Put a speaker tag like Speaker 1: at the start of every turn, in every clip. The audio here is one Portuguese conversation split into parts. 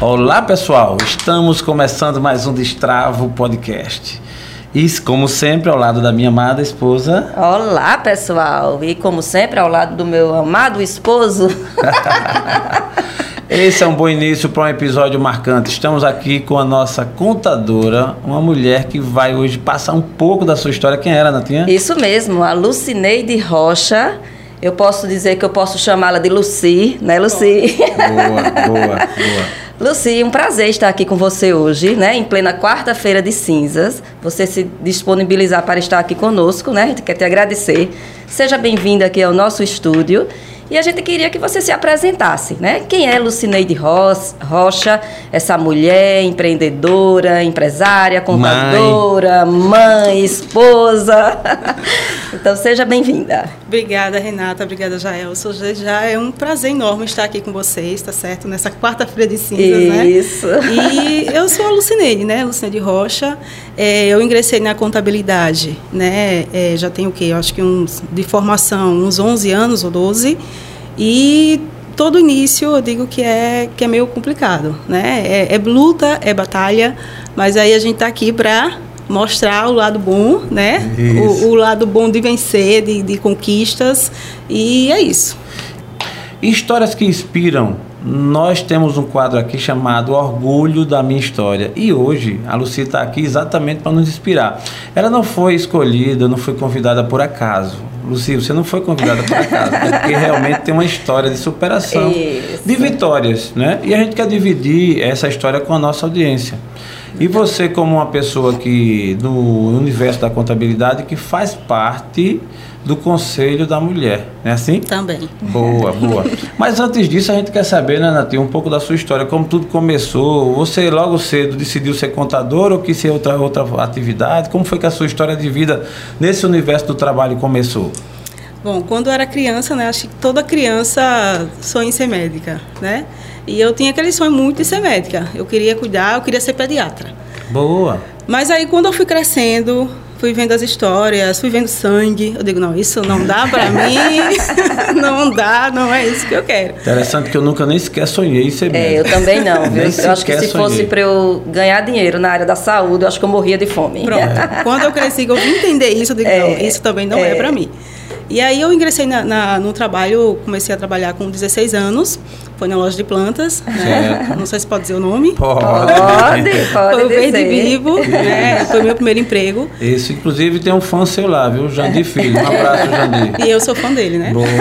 Speaker 1: Olá, pessoal, estamos começando mais um Destravo Podcast. E, como sempre, ao lado da minha amada esposa...
Speaker 2: Olá, pessoal, e como sempre, ao lado do meu amado esposo...
Speaker 1: Esse é um bom início para um episódio marcante. Estamos aqui com a nossa contadora, uma mulher que vai hoje passar um pouco da sua história. Quem era, Natinha?
Speaker 2: Isso mesmo, a Lucineide Rocha. Eu posso dizer que eu posso chamá-la de Luci, né, Luci?
Speaker 1: Boa.
Speaker 2: Luci, um prazer estar aqui com você hoje, né, em plena quarta-feira de cinzas. Você se disponibilizar para estar aqui conosco, né? A gente quer te agradecer. Seja bem-vinda aqui ao nosso estúdio. E a gente queria que você se apresentasse, né? Quem é Lucineide Rocha, essa mulher empreendedora, empresária, contadora, mãe, esposa. Então, seja bem-vinda.
Speaker 3: Obrigada, Renata. Obrigada, Jaelson. Já é um prazer enorme estar aqui com vocês, tá certo? Nessa quarta-feira de cinzas, né?
Speaker 2: Isso.
Speaker 3: E eu sou a Lucineide, né? Lucineide Rocha. Eu ingressei na contabilidade, né? Já tenho o quê? Eu acho que de formação, uns 11 anos ou 12. E todo início eu digo que é meio complicado, né? É luta, é batalha, mas aí a gente tá aqui para mostrar o lado bom, né? O lado bom de vencer, de conquistas, e é isso.
Speaker 1: Histórias que inspiram. Nós temos um quadro aqui chamado Orgulho da Minha História. E hoje a Luci está aqui exatamente para nos inspirar. Ela não foi escolhida, não foi convidada por acaso. Luci, você não foi convidada por acaso, porque realmente tem uma história de superação, de vitórias, né? E a gente quer dividir essa história com a nossa audiência. E você, como uma pessoa que, no universo da contabilidade, que faz parte do Conselho da Mulher, não é assim?
Speaker 3: Também.
Speaker 1: Boa. Mas antes disso, a gente quer saber, né, Nath, um pouco da sua história, como tudo começou. Você logo cedo decidiu ser contador ou quis ser outra atividade? Como foi que a sua história de vida nesse universo do trabalho começou?
Speaker 3: Bom, quando eu era criança, né, acho que toda criança sonha em ser médica, né? E eu tinha aquele sonho muito de ser médica. Eu queria cuidar, eu queria ser pediatra.
Speaker 1: Boa.
Speaker 3: Mas aí, quando eu fui crescendo, fui vendo as histórias, fui vendo sangue, eu digo, não, isso não dá pra mim, não é isso que eu quero.
Speaker 1: Interessante que eu nunca nem sequer sonhei em ser médica.
Speaker 2: Eu também não, viu? Eu acho que se fosse para eu ganhar dinheiro na área da saúde, eu acho que eu morria de fome.
Speaker 3: Pronto. Quando eu cresci, eu vim entender isso, eu digo, não, isso também não é pra mim. E aí eu ingressei no trabalho, comecei a trabalhar com 16 anos, foi na loja de plantas, né? Não sei se pode dizer o nome.
Speaker 2: Pode
Speaker 3: foi o
Speaker 2: dizer.
Speaker 3: Verde Vivo, né? Foi o meu primeiro emprego.
Speaker 1: Isso, inclusive, tem um fã seu lá, viu? Jandir Filho. Um abraço, Jandir.
Speaker 3: E eu sou fã dele, né?
Speaker 1: Boa.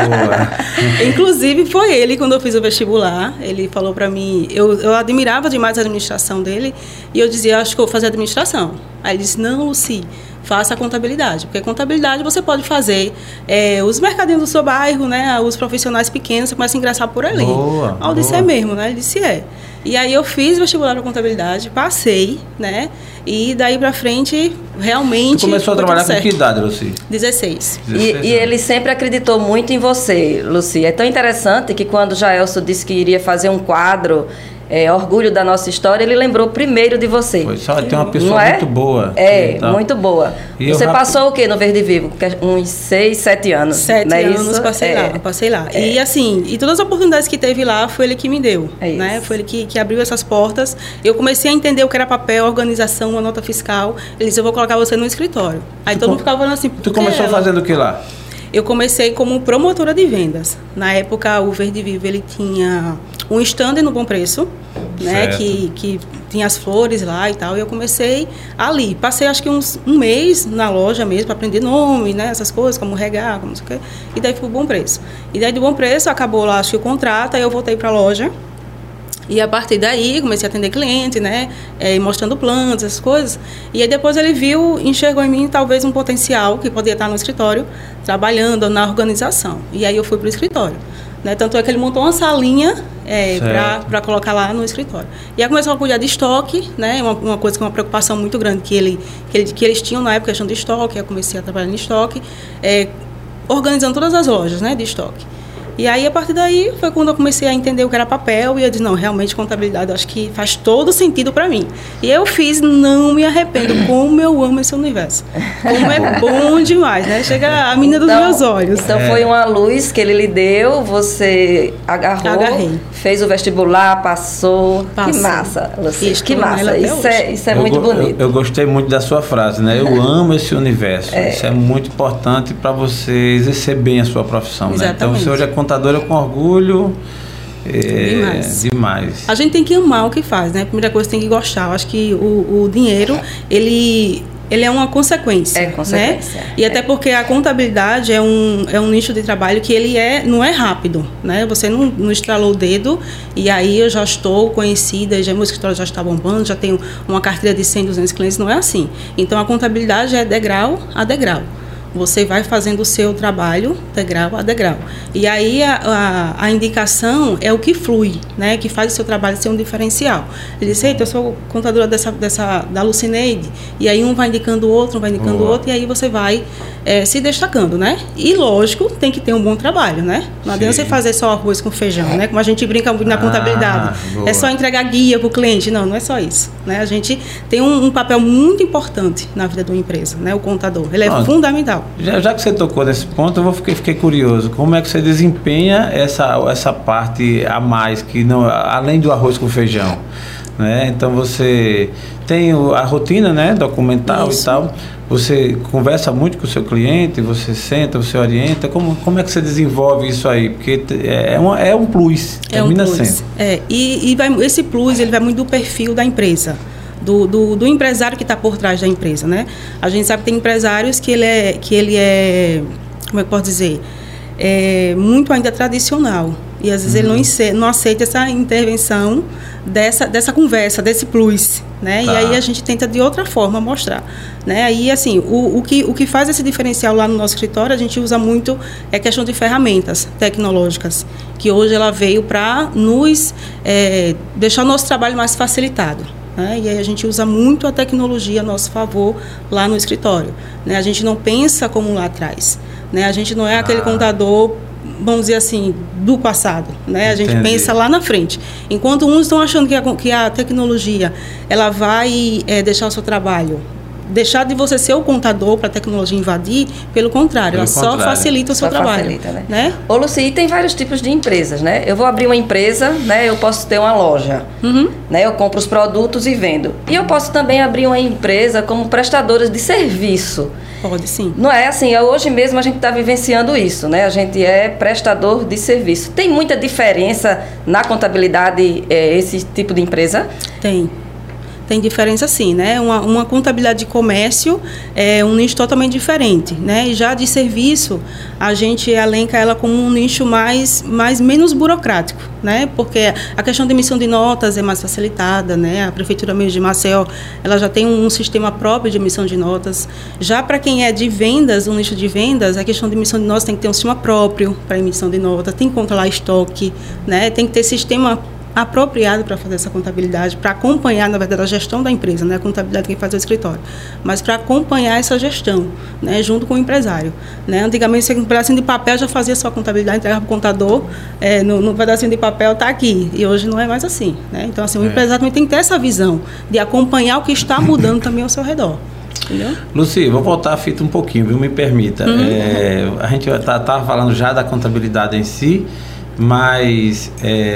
Speaker 3: Inclusive, foi ele, quando eu fiz o vestibular, ele falou pra mim, eu admirava demais a administração dele, e eu dizia, acho que eu vou fazer administração. Aí ele disse, não, Luci, faça a contabilidade, porque contabilidade você pode fazer os mercadinhos do seu bairro, né, os profissionais pequenos, você começa a ingressar por ali.
Speaker 1: Boa.
Speaker 3: Eu disse, é mesmo, né? Ele disse, é. E aí eu fiz vestibular para contabilidade, passei, né, e daí pra frente, realmente...
Speaker 1: Você começou a trabalhar com que idade, Luci?
Speaker 3: 16.
Speaker 2: E ele sempre acreditou muito em você, Luci. É tão interessante que quando Jaelson disse que iria fazer um quadro... orgulho da nossa história, ele lembrou primeiro de você.
Speaker 1: Foi só, tem uma pessoa muito boa.
Speaker 2: Então. Muito boa.
Speaker 1: E
Speaker 2: você passou o quê no Verde Vivo? Uns 6, 7 anos.
Speaker 3: 7 anos, passei lá. E assim, e todas as oportunidades que teve lá, foi ele que me deu. Né? Foi ele que abriu essas portas. Eu comecei a entender o que era papel, organização, uma nota fiscal. Ele disse, eu vou colocar você no escritório. Aí todo mundo ficava falando assim...
Speaker 1: Tu começou fazendo o que lá?
Speaker 3: Eu comecei como promotora de vendas. Na época, o Verde Vivo, ele tinha um stand no Bom Preço, né, que tinha as flores lá e tal, e eu comecei ali. Passei, acho que um mês na loja mesmo, para aprender nome, né, essas coisas, como regar, como não sei o quê, e daí fui pro Bom Preço. E daí do Bom Preço, acabou lá, acho que o contrato, aí eu voltei para a loja, e a partir daí, comecei a atender cliente, né, mostrando plantas, essas coisas. E aí depois ele enxergou em mim talvez um potencial que podia estar no escritório, trabalhando na organização. E aí eu fui para o escritório. Né? Tanto é que ele montou uma salinha para colocar lá no escritório. E aí começou a cuidar de estoque, né? Uma coisa que é uma preocupação muito grande que eles tinham na época, questão de estoque. Eu comecei a trabalhar em estoque, organizando todas as lojas, né, de estoque. E aí, a partir daí, foi quando eu comecei a entender o que era papel, e eu disse, não, realmente, contabilidade, eu acho que faz todo sentido para mim. E eu fiz, não me arrependo, como eu amo esse universo. Como é bom demais, né? Chega a menina dos meus olhos.
Speaker 2: Então, foi uma luz que ele lhe deu, você agarrei. Fez o vestibular, passou. Que massa, Luci. Que massa. Isso é muito bonito.
Speaker 1: Eu gostei muito da sua frase, né? Eu amo esse universo. Isso é muito importante para você exercer bem a sua profissão, né? Então, você hoje é contadora com orgulho. Demais.
Speaker 3: A gente tem que amar o que faz, né? A primeira coisa, tem que gostar. Eu acho que o dinheiro, ele é uma consequência.
Speaker 2: É consequência.
Speaker 3: Né? E até porque a contabilidade é um nicho de trabalho que não é rápido, né? Você não estralou o dedo e aí eu já estou conhecida, já meu escritório já está bombando, já tenho uma carteira de 100, 200 clientes, não é assim. Então, a contabilidade é degrau a degrau. Você vai fazendo o seu trabalho degrau a degrau. E aí a indicação é o que flui, né? Que faz o seu trabalho ser um diferencial. Ele disse, eita, eu sou contadora da Lucineide. E aí um vai indicando o outro, e aí você vai se destacando, né? E lógico, tem que ter um bom trabalho, né? Não adianta você fazer só arroz com feijão, né? Como a gente brinca muito na contabilidade. É só entregar guia para o cliente. Não é só isso, né? A gente tem um papel muito importante na vida de uma empresa, né? O contador. Ele é fundamental.
Speaker 1: Já que você tocou nesse ponto, eu fiquei curioso. Como é que você desempenha essa parte a mais, que não, além do arroz com feijão? Né? Então, você tem a rotina, né, documental. Isso. E tal. Você conversa muito com o seu cliente, você senta, você orienta. Como é que você desenvolve isso aí? Porque é um plus, termina sendo.
Speaker 3: Esse plus, ele vai muito do perfil da empresa. Do empresário que está por trás da empresa, né? A gente sabe que tem empresários que ele é, como é que eu posso dizer, muito ainda tradicional. E às vezes ele não aceita essa intervenção dessa conversa, desse plus, né? Tá. E aí a gente tenta de outra forma mostrar, né? Aí, assim, o que faz esse diferencial lá no nosso escritório, a gente usa muito questão de ferramentas tecnológicas, que hoje ela veio para nos deixar o nosso trabalho mais facilitado. Né? E aí a gente usa muito a tecnologia a nosso favor lá no escritório. Né? A gente não pensa como lá atrás. Né? A gente não é aquele contador, vamos dizer assim, do passado. Né? A gente pensa lá na frente. Enquanto uns estão achando que a tecnologia ela vai deixar o seu trabalho, deixar de você ser o contador para a tecnologia invadir, pelo contrário, ela só facilita o seu trabalho.
Speaker 2: Facilita, né? Ô, Luci, tem vários tipos de empresas, né? Eu vou abrir uma empresa, né? Eu posso ter uma loja, né? Eu compro os produtos e vendo. E eu posso também abrir uma empresa como prestadora de serviço.
Speaker 3: Pode, sim.
Speaker 2: Não é assim, hoje mesmo a gente está vivenciando isso, né? A gente é prestador de serviço. Tem muita diferença na contabilidade esse tipo de empresa?
Speaker 3: Tem diferença, sim, né? Uma contabilidade de comércio é um nicho totalmente diferente, né? E já de serviço, a gente elenca ela como um nicho menos burocrático, né? Porque a questão de emissão de notas é mais facilitada, né? A Prefeitura mesmo de Maceió, ela já tem um sistema próprio de emissão de notas. Já para quem é de vendas, um nicho de vendas, a questão de emissão de notas tem que ter um sistema próprio para emissão de notas, tem que controlar estoque, né? Tem que ter sistema apropriado para fazer essa contabilidade, para acompanhar, na verdade, a gestão da empresa, né? A contabilidade que faz o escritório, mas para acompanhar essa gestão, né? Junto com o empresário, né? Antigamente, um pedacinho de papel já fazia sua contabilidade, entregava para o contador, no pedacinho de papel está aqui, e hoje não é mais assim, né? Então, assim, o empresário também tem que ter essa visão de acompanhar o que está mudando também ao seu redor. Entendeu?
Speaker 1: Luci, vou voltar a fita um pouquinho, viu? Me permita. A gente tá falando já da contabilidade em si, mas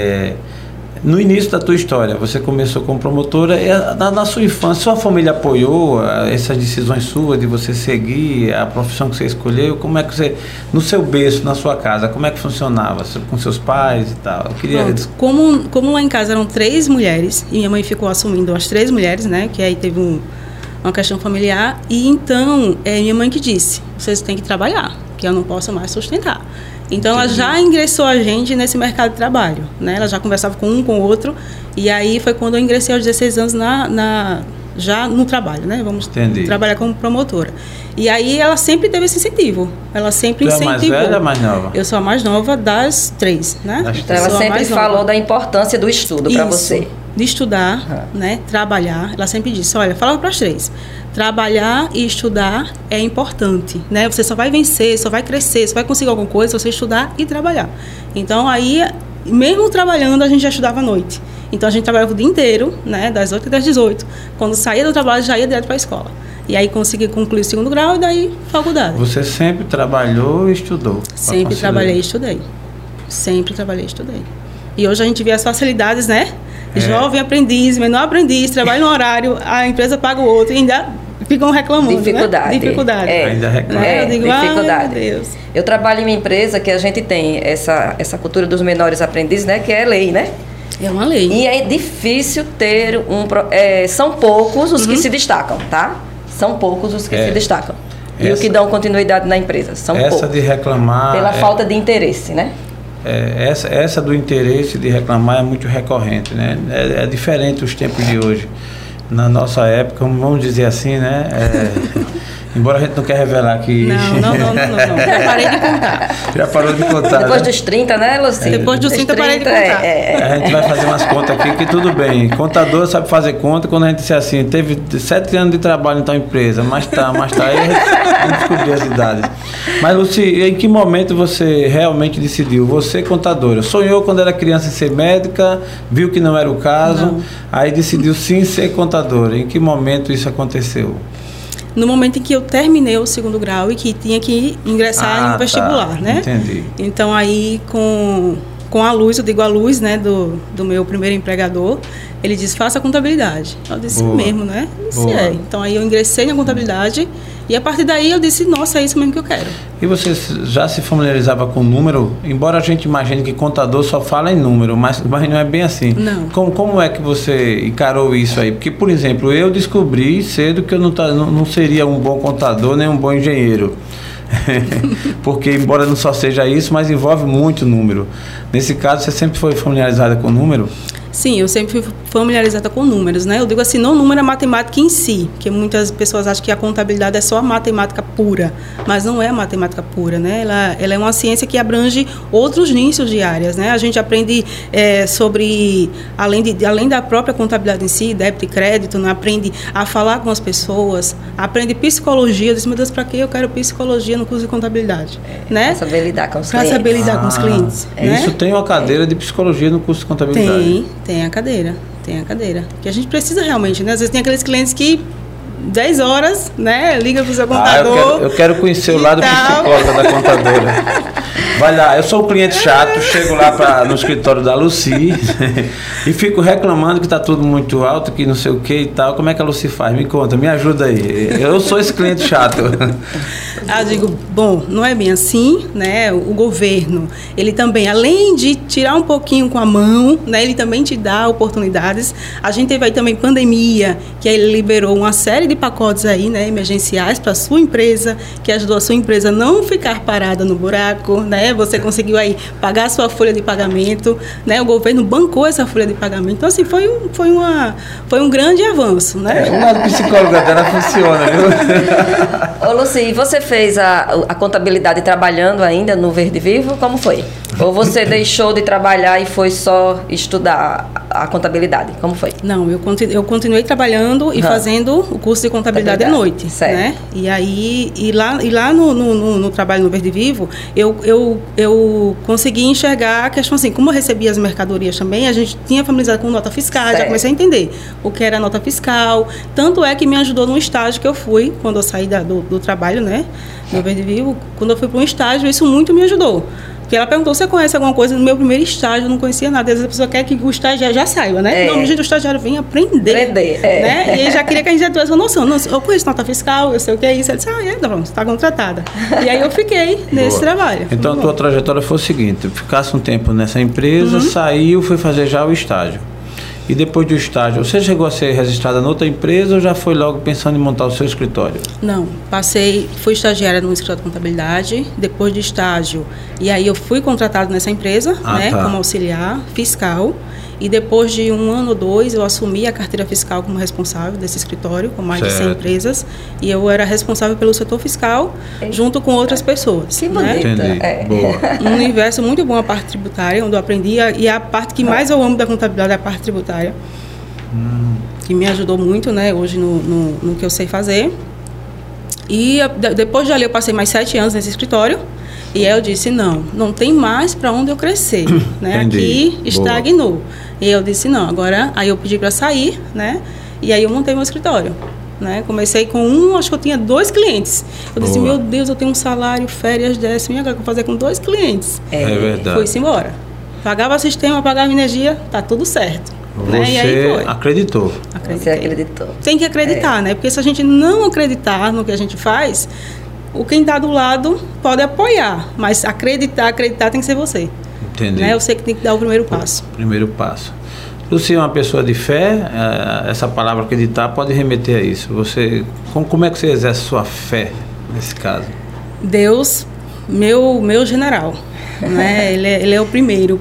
Speaker 1: no início da tua história, você começou como promotora, na sua infância, sua família apoiou essas decisões suas de você seguir a profissão que você escolheu? Como é que você, no seu berço, na sua casa, como é que funcionava? Com seus pais e tal? Eu queria...
Speaker 3: Como lá em casa eram 3 mulheres, e minha mãe ficou assumindo as 3 mulheres, né? Que aí teve uma questão familiar, e então, minha mãe que disse, vocês têm que trabalhar, que eu não posso mais sustentar. Então, ela já ingressou a gente nesse mercado de trabalho, né? Ela já conversava com um, com o outro, e aí foi quando eu ingressei aos 16 anos já no trabalho, né? Vamos trabalhar como promotora. E aí, ela sempre teve esse incentivo. Ela sempre incentivou.
Speaker 1: Tu é mais velha ou mais nova?
Speaker 3: Eu sou a mais nova das 3, né?
Speaker 2: Então, ela sempre falou da importância do estudo para você.
Speaker 3: De estudar, né? Trabalhar. Ela sempre disse, olha, falava para as 3. trabalhar e estudar é importante, né? Você só vai vencer, só vai crescer, só vai conseguir alguma coisa se você estudar e trabalhar. Então, aí, mesmo trabalhando, a gente já estudava à noite. Então, a gente trabalhava o dia inteiro, né? Das 8 até as 18. Quando saía do trabalho, já ia direto para a escola. E aí, consegui concluir o 2º grau e daí, faculdade.
Speaker 1: Você sempre trabalhou e estudou?
Speaker 3: Sempre trabalhei e estudei. Sempre trabalhei e estudei. E hoje a gente vê as facilidades, né? Jovem aprendiz, menor aprendiz, trabalha no horário, a empresa paga o outro e ainda ficam reclamando,
Speaker 2: dificuldade.
Speaker 3: Né? Dificuldade.
Speaker 1: Ainda reclamam.
Speaker 3: Eu digo,
Speaker 2: dificuldade.
Speaker 3: Meu Deus.
Speaker 2: Eu trabalho em uma empresa que a gente tem essa cultura dos menores aprendizes, né? Que é lei, né?
Speaker 3: É uma lei.
Speaker 2: E é difícil ter são poucos os que se destacam, tá? São poucos os que se destacam. E o que dão continuidade na empresa. São poucos.
Speaker 1: Essa de reclamar...
Speaker 2: Pela falta de interesse, né?
Speaker 1: Essa do interesse de reclamar é muito recorrente, né? É diferente os tempos de hoje. Na nossa época, vamos dizer assim, né? Embora a gente não quer revelar que...
Speaker 3: Não. Já parei de contar.
Speaker 1: Já parou de contar,
Speaker 2: Depois
Speaker 1: né?
Speaker 2: dos 30, né, Luci?
Speaker 3: Depois dos 30, parei de contar.
Speaker 1: A gente vai fazer umas contas aqui que tudo bem. Contador sabe fazer conta quando a gente disser assim, teve 7 anos de trabalho em tal empresa, mas tá aí a gente descobriu as idades. Mas, Luci, em que momento você realmente decidiu? Você, contadora, sonhou quando era criança em ser médica, viu que não era o caso, aí decidiu sim ser contadora. Em que momento isso aconteceu?
Speaker 3: No momento em que eu terminei o 2º grau e que tinha que ingressar no vestibular, né?
Speaker 1: Entendi.
Speaker 3: Então, aí, com a luz, eu digo a luz, né, do meu primeiro empregador, ele disse, faça contabilidade. Eu disse, mesmo, né? Eu disse, Então, aí eu ingressei na contabilidade e a partir daí eu disse, nossa, é isso mesmo que eu quero.
Speaker 1: E você já se familiarizava com número? Embora a gente imagine que contador só fala em número, mas não é bem assim.
Speaker 3: Não.
Speaker 1: Como é que você encarou isso aí? Porque, por exemplo, eu descobri cedo que eu não seria um bom contador nem um bom engenheiro. Porque, embora não só seja isso, mas envolve muito número. Nesse caso, você sempre foi familiarizada com número?
Speaker 3: Sim, eu sempre fui familiarizada com números, né? Eu digo assim, não número é matemática em si, porque muitas pessoas acham que a contabilidade é só a matemática pura, mas não é a matemática pura, né? Ela é uma ciência que abrange outros nichos de áreas, né? A gente aprende sobre, além da própria contabilidade em si, débito e crédito, né? Aprende a falar com as pessoas, aprende psicologia. Eu disse, meu Deus, para que eu quero psicologia no curso de contabilidade? Né?
Speaker 2: Para saber lidar com os clientes.
Speaker 3: Para saber lidar com os clientes.
Speaker 1: Isso
Speaker 3: né?
Speaker 1: tem uma cadeira de psicologia no curso de contabilidade?
Speaker 3: Tem a cadeira. Que a gente precisa realmente, né? Às vezes tem aqueles clientes que 10 horas, né? Liga pro seu contador.
Speaker 1: Eu quero conhecer o lado psicólogo da contadora. Vai lá, eu sou um cliente chato, chego lá no escritório da Luci e fico reclamando que está tudo muito alto, que não sei o que e tal. Como é que a Luci faz? Me conta, me ajuda aí. Eu sou esse cliente chato.
Speaker 3: Eu digo, bom, não é bem assim, né? O governo, ele também, além de tirar um pouquinho com a mão, né? Ele também te dá oportunidades. A gente teve aí também pandemia, que aí ele liberou uma série de pacotes aí, né? Emergenciais para a sua empresa, que ajudou a sua empresa a não ficar parada no buraco, né? Você conseguiu aí pagar a sua folha de pagamento, né? O governo bancou essa folha de pagamento. Então, assim, foi um grande avanço, né?
Speaker 1: O lado psicólogo dela funciona, viu?
Speaker 2: Ô, Luci, você fez a contabilidade trabalhando ainda no Verde Vivo? Como foi? Ou você deixou de trabalhar e foi só estudar a contabilidade? Como foi?
Speaker 3: Não, eu continuei trabalhando e fazendo o curso de contabilidade à noite.
Speaker 2: Certo.
Speaker 3: Né? E lá no trabalho no Verde Vivo, eu consegui enxergar a questão assim, como eu recebia as mercadorias também, a gente tinha familiarizado com nota fiscal, já comecei a entender o que era nota fiscal. Tanto é que me ajudou num estágio que eu fui, quando eu saí do trabalho, né, no Verde Vivo, quando eu fui para um estágio, isso muito me ajudou. Porque ela perguntou, você conhece alguma coisa? No meu primeiro estágio, eu não conhecia nada. Às vezes a pessoa quer que o estagiário já saiba, né? Não, gente, o estagiário vem aprender. Né? E ele já queria que a gente já tivesse uma noção. Não, eu conheço nota fiscal, eu sei o que é isso. Ele disse, pronto, está contratada. E aí eu fiquei nesse trabalho.
Speaker 1: Então a tua trajetória foi o seguinte, ficasse um tempo nessa empresa, saiu, foi fazer já o estágio. E depois do estágio, você chegou a ser registrada em outra empresa ou já foi logo pensando em montar o seu escritório?
Speaker 3: Não, fui estagiária no escritório de contabilidade, depois do estágio, e aí eu fui contratada nessa empresa, como auxiliar fiscal, e depois de 1 ano ou 2 eu assumi a carteira fiscal como responsável desse escritório, com mais de 100 empresas, e eu era responsável pelo setor fiscal, junto com outras pessoas.
Speaker 2: Que bonito.
Speaker 1: Entendi. Boa.
Speaker 3: Um universo muito bom, a parte tributária, onde eu aprendi, e a parte que mais eu amo da contabilidade é a parte tributária. que me ajudou muito, né, hoje no que eu sei fazer. E depois de ali eu passei mais 7 anos nesse escritório. E aí eu disse, não tem mais para onde eu crescer, né? Aqui estagnou. E eu disse, não, agora... Aí eu pedi para sair, né? E aí eu montei meu escritório, né? Comecei com acho que eu tinha 2 clientes. Eu disse, meu Deus, eu tenho um salário, férias, décimo, e agora eu vou fazer com 2 clientes.
Speaker 1: É verdade.
Speaker 3: Foi-se embora. Pagava sistema, pagava energia, tá tudo certo.
Speaker 1: Você
Speaker 3: né? E aí foi.
Speaker 1: acreditou.
Speaker 2: Você acreditou.
Speaker 3: Tem que acreditar, né? Porque se a gente não acreditar no que a gente faz... Quem está do lado pode apoiar, mas acreditar tem que ser você.
Speaker 1: Entendi.
Speaker 3: Né? Eu sei que tem que dar o primeiro passo.
Speaker 1: Primeiro passo. Luci é uma pessoa de fé, essa palavra acreditar pode remeter a isso. Como é que você exerce sua fé nesse caso?
Speaker 3: Deus, meu general. Né? Ele é o primeiro.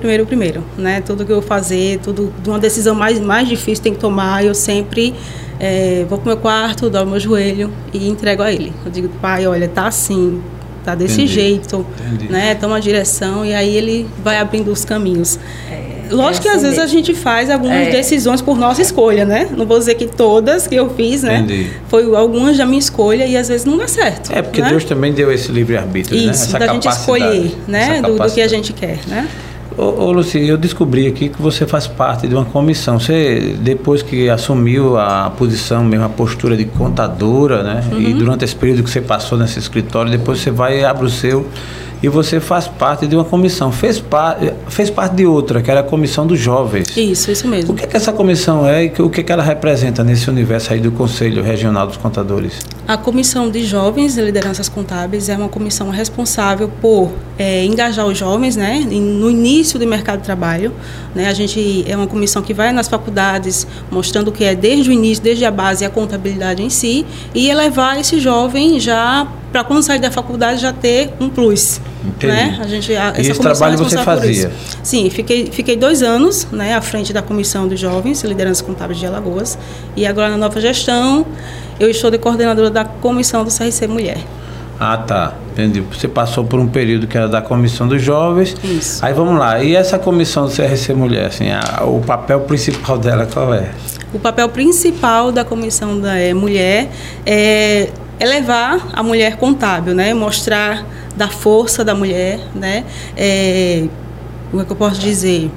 Speaker 3: Né? Tudo que eu fazer, tudo de uma decisão mais difícil tem que tomar, eu sempre... vou pro meu quarto, dou o meu joelho e entrego a ele. Eu digo, pai, olha, tá assim, tá desse jeito, né? Toma a direção e aí ele vai abrindo os caminhos. Lógico que às vezes a gente faz algumas decisões por nossa escolha, né? Não vou dizer que todas que eu fiz, né? Foi algumas da minha escolha e às vezes não dá certo.
Speaker 1: Porque
Speaker 3: né?
Speaker 1: Deus também deu esse livre-arbítrio, né?
Speaker 3: Isso, da gente escolher, né? Do que a gente quer, né?
Speaker 1: Ô Luci, eu descobri aqui que você faz parte de uma comissão. Você, depois que assumiu a posição, mesmo a postura de contadora, né? E durante esse período que você passou nesse escritório, depois você vai e abre o seu e você faz parte de uma comissão. Fez parte de outra, que era a comissão dos jovens.
Speaker 3: Isso mesmo.
Speaker 1: O que essa comissão é e o que ela representa nesse universo aí do Conselho Regional dos Contadores?
Speaker 3: A comissão de jovens e lideranças contábeis é uma comissão responsável por engajar os jovens, né, no início do mercado de trabalho. Né, a gente é uma comissão que vai nas faculdades mostrando o que é desde o início, desde a base, a contabilidade em si, e elevar esse jovem já para quando sair da faculdade já ter um plus. Né?
Speaker 1: E esse trabalho você fazia?
Speaker 3: Sim, fiquei 2 anos, né, à frente da comissão de jovens e lideranças contábeis de Alagoas, e agora na nova gestão eu estou de coordenadora da comissão do CRC Mulher. Ah,
Speaker 1: tá. Entendi. Você passou por um período que era da comissão dos jovens.
Speaker 3: Isso.
Speaker 1: Aí vamos lá. E essa comissão do CRC Mulher, assim, o papel principal dela qual é?
Speaker 3: O papel principal da comissão da mulher é levar a mulher contábil, né? Mostrar da força da mulher, né? Como é que eu posso dizer?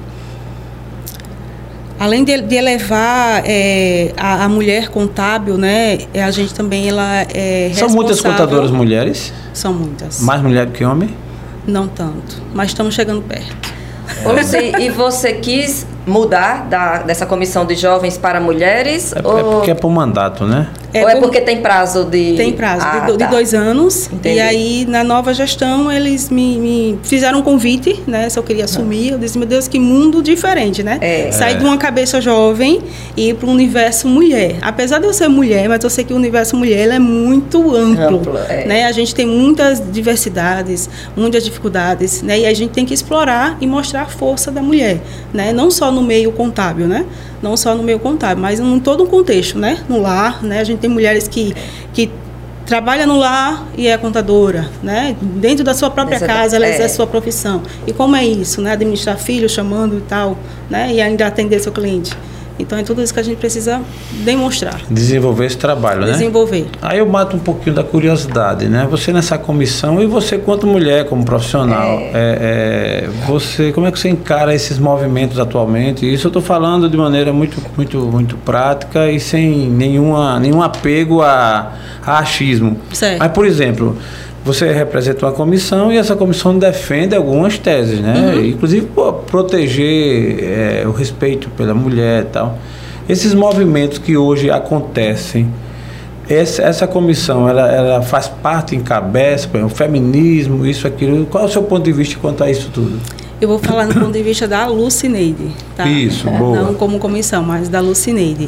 Speaker 3: Além de elevar a mulher contábil, né, a gente também ela é responsável... São muitas contadoras mulheres? São muitas. Mais mulher do que homem? Não tanto, mas estamos chegando perto.
Speaker 2: Ô, Luci, e você quis mudar dessa comissão de jovens para mulheres?
Speaker 1: É porque é por mandato, né?
Speaker 2: Ou é porque tem prazo de...
Speaker 3: Tem prazo de 2 anos. Entendi. E aí, na nova gestão, eles me fizeram um convite, né? Se eu queria assumir. Eu disse, meu Deus, que mundo diferente, né? Sair de uma cabeça jovem e ir para o universo mulher. Apesar de eu ser mulher, mas eu sei que o universo mulher ele é muito amplo. Né? A gente tem muitas diversidades, muitas dificuldades, né? E a gente tem que explorar e mostrar a força da mulher, né? Não só no meio contábil, né? Não só no meio contábil, mas em todo um contexto, né? No lar, né? A gente tem mulheres que trabalham no lar e é contadora, né? Dentro da sua própria casa, ela exerce sua profissão. E como é isso, né? Administrar filhos, chamando e tal, né? E ainda atender seu cliente. Então, é tudo isso que a gente precisa demonstrar. Desenvolver esse trabalho, né? Desenvolver.
Speaker 1: Aí eu mato um pouquinho da curiosidade, né? Você nessa comissão e você quanto mulher, como profissional, como é que você encara esses movimentos atualmente? Isso eu estou falando de maneira muito prática e sem nenhum apego a achismo. Certo. Mas, por exemplo... Você representa uma comissão e essa comissão defende algumas teses, né? Inclusive proteger o respeito pela mulher e tal. Esses movimentos que hoje acontecem, essa comissão, ela faz parte, encabeça, por exemplo, o feminismo, isso, aquilo. Qual é o seu ponto de vista quanto a isso tudo?
Speaker 3: Eu vou falar no ponto de vista da Lucineide, tá?
Speaker 1: Isso, boa.
Speaker 3: Não como comissão, mas da Lucineide.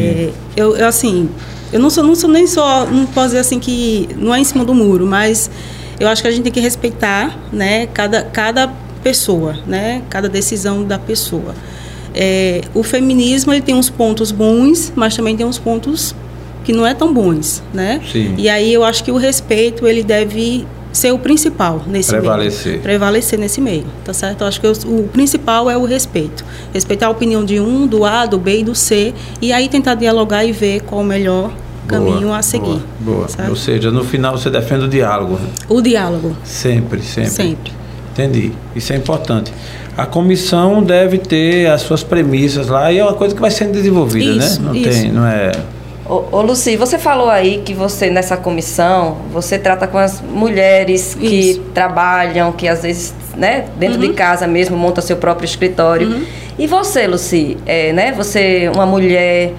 Speaker 3: Eu não posso dizer assim que não é em cima do muro, mas eu acho que a gente tem que respeitar, né, cada pessoa, né, cada decisão da pessoa. O feminismo ele tem uns pontos bons, mas também tem uns pontos que não é tão bons, né? Sim. E aí eu acho que o respeito ele deve ser o principal nesse meio. Prevalecer nesse meio, tá certo? Eu acho que o principal é o respeito. Respeitar a opinião de um, do A, do B e do C, e aí tentar dialogar e ver qual o melhor caminho a seguir.
Speaker 1: Boa. Ou seja, no final você defende o diálogo.
Speaker 3: O diálogo.
Speaker 1: Sempre. Entendi. Isso é importante. A comissão deve ter as suas premissas lá e é uma coisa que vai sendo desenvolvida,
Speaker 2: isso,
Speaker 1: né?
Speaker 2: Isso.
Speaker 1: Não é...
Speaker 2: Ô Lucy, você falou aí que você, nessa comissão, você trata com as mulheres que trabalham, que às vezes, né, dentro de casa mesmo, monta seu próprio escritório. E você, Lucy, né, você uma mulher,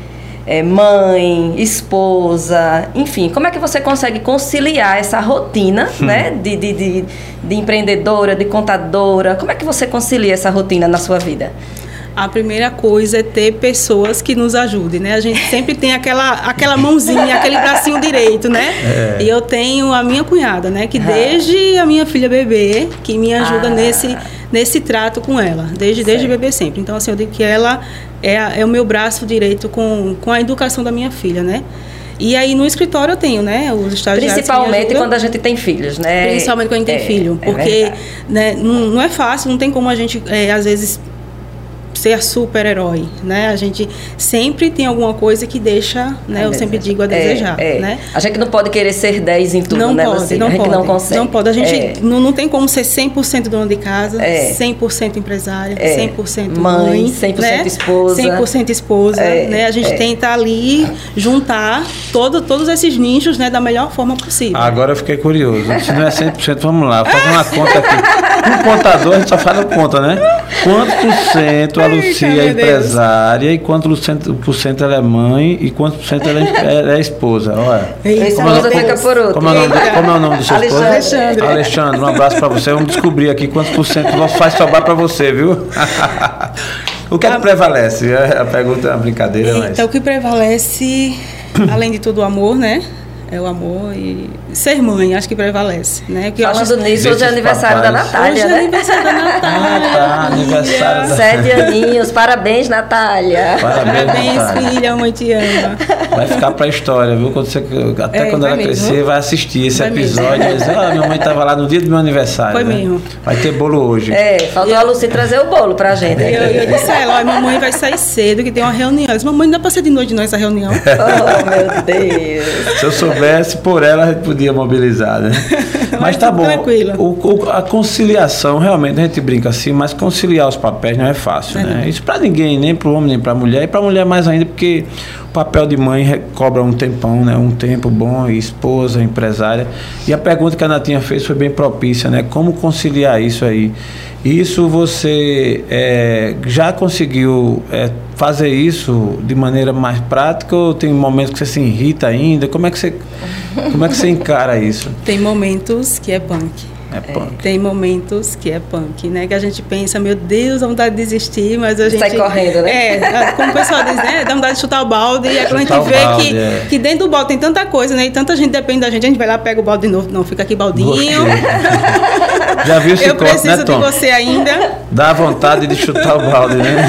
Speaker 2: mãe, esposa, enfim, como é que você consegue conciliar essa rotina, né, de empreendedora, de contadora? Como é que você concilia essa rotina na sua vida?
Speaker 3: A primeira coisa é ter pessoas que nos ajudem, né? A gente sempre tem aquela mãozinha, aquele bracinho direito, né? E eu tenho a minha cunhada, né? Que desde a minha filha bebê, que me ajuda nesse trato com ela. Desde bebê sempre. Então, assim, eu digo que ela é o meu braço direito com a educação da minha filha, né? E aí no escritório eu tenho, né, os estagiários.
Speaker 2: Principalmente quando a gente tem filhos, né?
Speaker 3: Principalmente quando a gente tem filho. Porque né, não é fácil, não tem como a gente, às vezes... ser super-herói, né? A gente sempre tem alguma coisa que deixa, né? Eu sempre digo a desejar, né?
Speaker 2: A gente não pode querer ser 10 em tudo,
Speaker 3: não
Speaker 2: né?
Speaker 3: Pode, não
Speaker 2: a gente
Speaker 3: pode,
Speaker 2: não consegue.
Speaker 3: Não pode. A gente não tem como ser 100% dona de casa, 100% empresária, 100% mãe,
Speaker 2: 100%
Speaker 3: né?
Speaker 2: esposa.
Speaker 3: 100% esposa, né? A gente tenta ali juntar todos esses nichos, né? Da melhor forma possível.
Speaker 1: Agora eu fiquei curioso. Se não é 100%, vamos lá. Fazer uma conta aqui. Um contador, a gente só faz a conta, né? Quanto por cento a Lucia é empresária e quanto por cento ela é mãe e quanto por cento ela é esposa? Olha.
Speaker 2: Esposa fica por outro.
Speaker 1: Como é o nome do seu esposo? Alexandre, um abraço para você. Vamos descobrir aqui quantos por cento faz sobrar para você, viu? O que é que prevalece? A pergunta é uma brincadeira, mas...
Speaker 3: Então, o que prevalece, além de tudo, o amor, né? É o amor e ser mãe, acho que prevalece, né? Que
Speaker 2: falando nisso, hoje é aniversário da Natália,
Speaker 3: hoje
Speaker 2: né?
Speaker 3: É aniversário da Natália.
Speaker 1: Aniversário da...
Speaker 2: 7 aninhos, parabéns, Natália.
Speaker 3: Parabéns, filha, a mãe te ama.
Speaker 1: Vai ficar pra história, viu? Quando quando ela crescer, vai assistir esse episódio. Vai dizer, minha mãe estava lá no dia do meu aniversário.
Speaker 3: Foi
Speaker 1: né?
Speaker 3: mesmo.
Speaker 1: Vai ter bolo hoje.
Speaker 2: Faltou a Lucy trazer o bolo pra gente.
Speaker 3: Eu disse a ela, mamãe vai sair cedo, que tem uma reunião. Eu disse, mamãe, não dá pra ser de noite não essa reunião.
Speaker 2: Oh, meu Deus.
Speaker 1: Se eu soubesse, por ela a gente podia mobilizar, né? Mas tá bom. A conciliação, realmente, a gente brinca assim, mas conciliar os papéis não é fácil, né? Isso pra ninguém, nem pro homem, nem pra mulher. E pra mulher mais ainda, porque o papel de mãe cobra um tempão, né? Um tempo bom, esposa, empresária. E a pergunta que a Natinha fez foi bem propícia, né? Como conciliar isso aí? Isso você já conseguiu fazer isso de maneira mais prática ou tem momentos que você se irrita ainda? Como é que você encara isso?
Speaker 3: Tem momentos que é punk.
Speaker 1: Punk.
Speaker 3: Tem momentos que é punk, né? Que a gente pensa, meu Deus, dá vontade de desistir, mas a gente...
Speaker 2: Sai correndo, né?
Speaker 3: Como o pessoal diz, né? Dá vontade de chutar o balde. E aí quando a gente vê que dentro do balde tem tanta coisa, né? E tanta gente depende da gente, a gente vai lá, pega o balde de novo. Não, fica aqui baldinho.
Speaker 1: Já viu esse
Speaker 3: Eu
Speaker 1: corte,
Speaker 3: preciso
Speaker 1: né, Tom?
Speaker 3: de você ainda.
Speaker 1: Dá vontade de chutar o balde, né?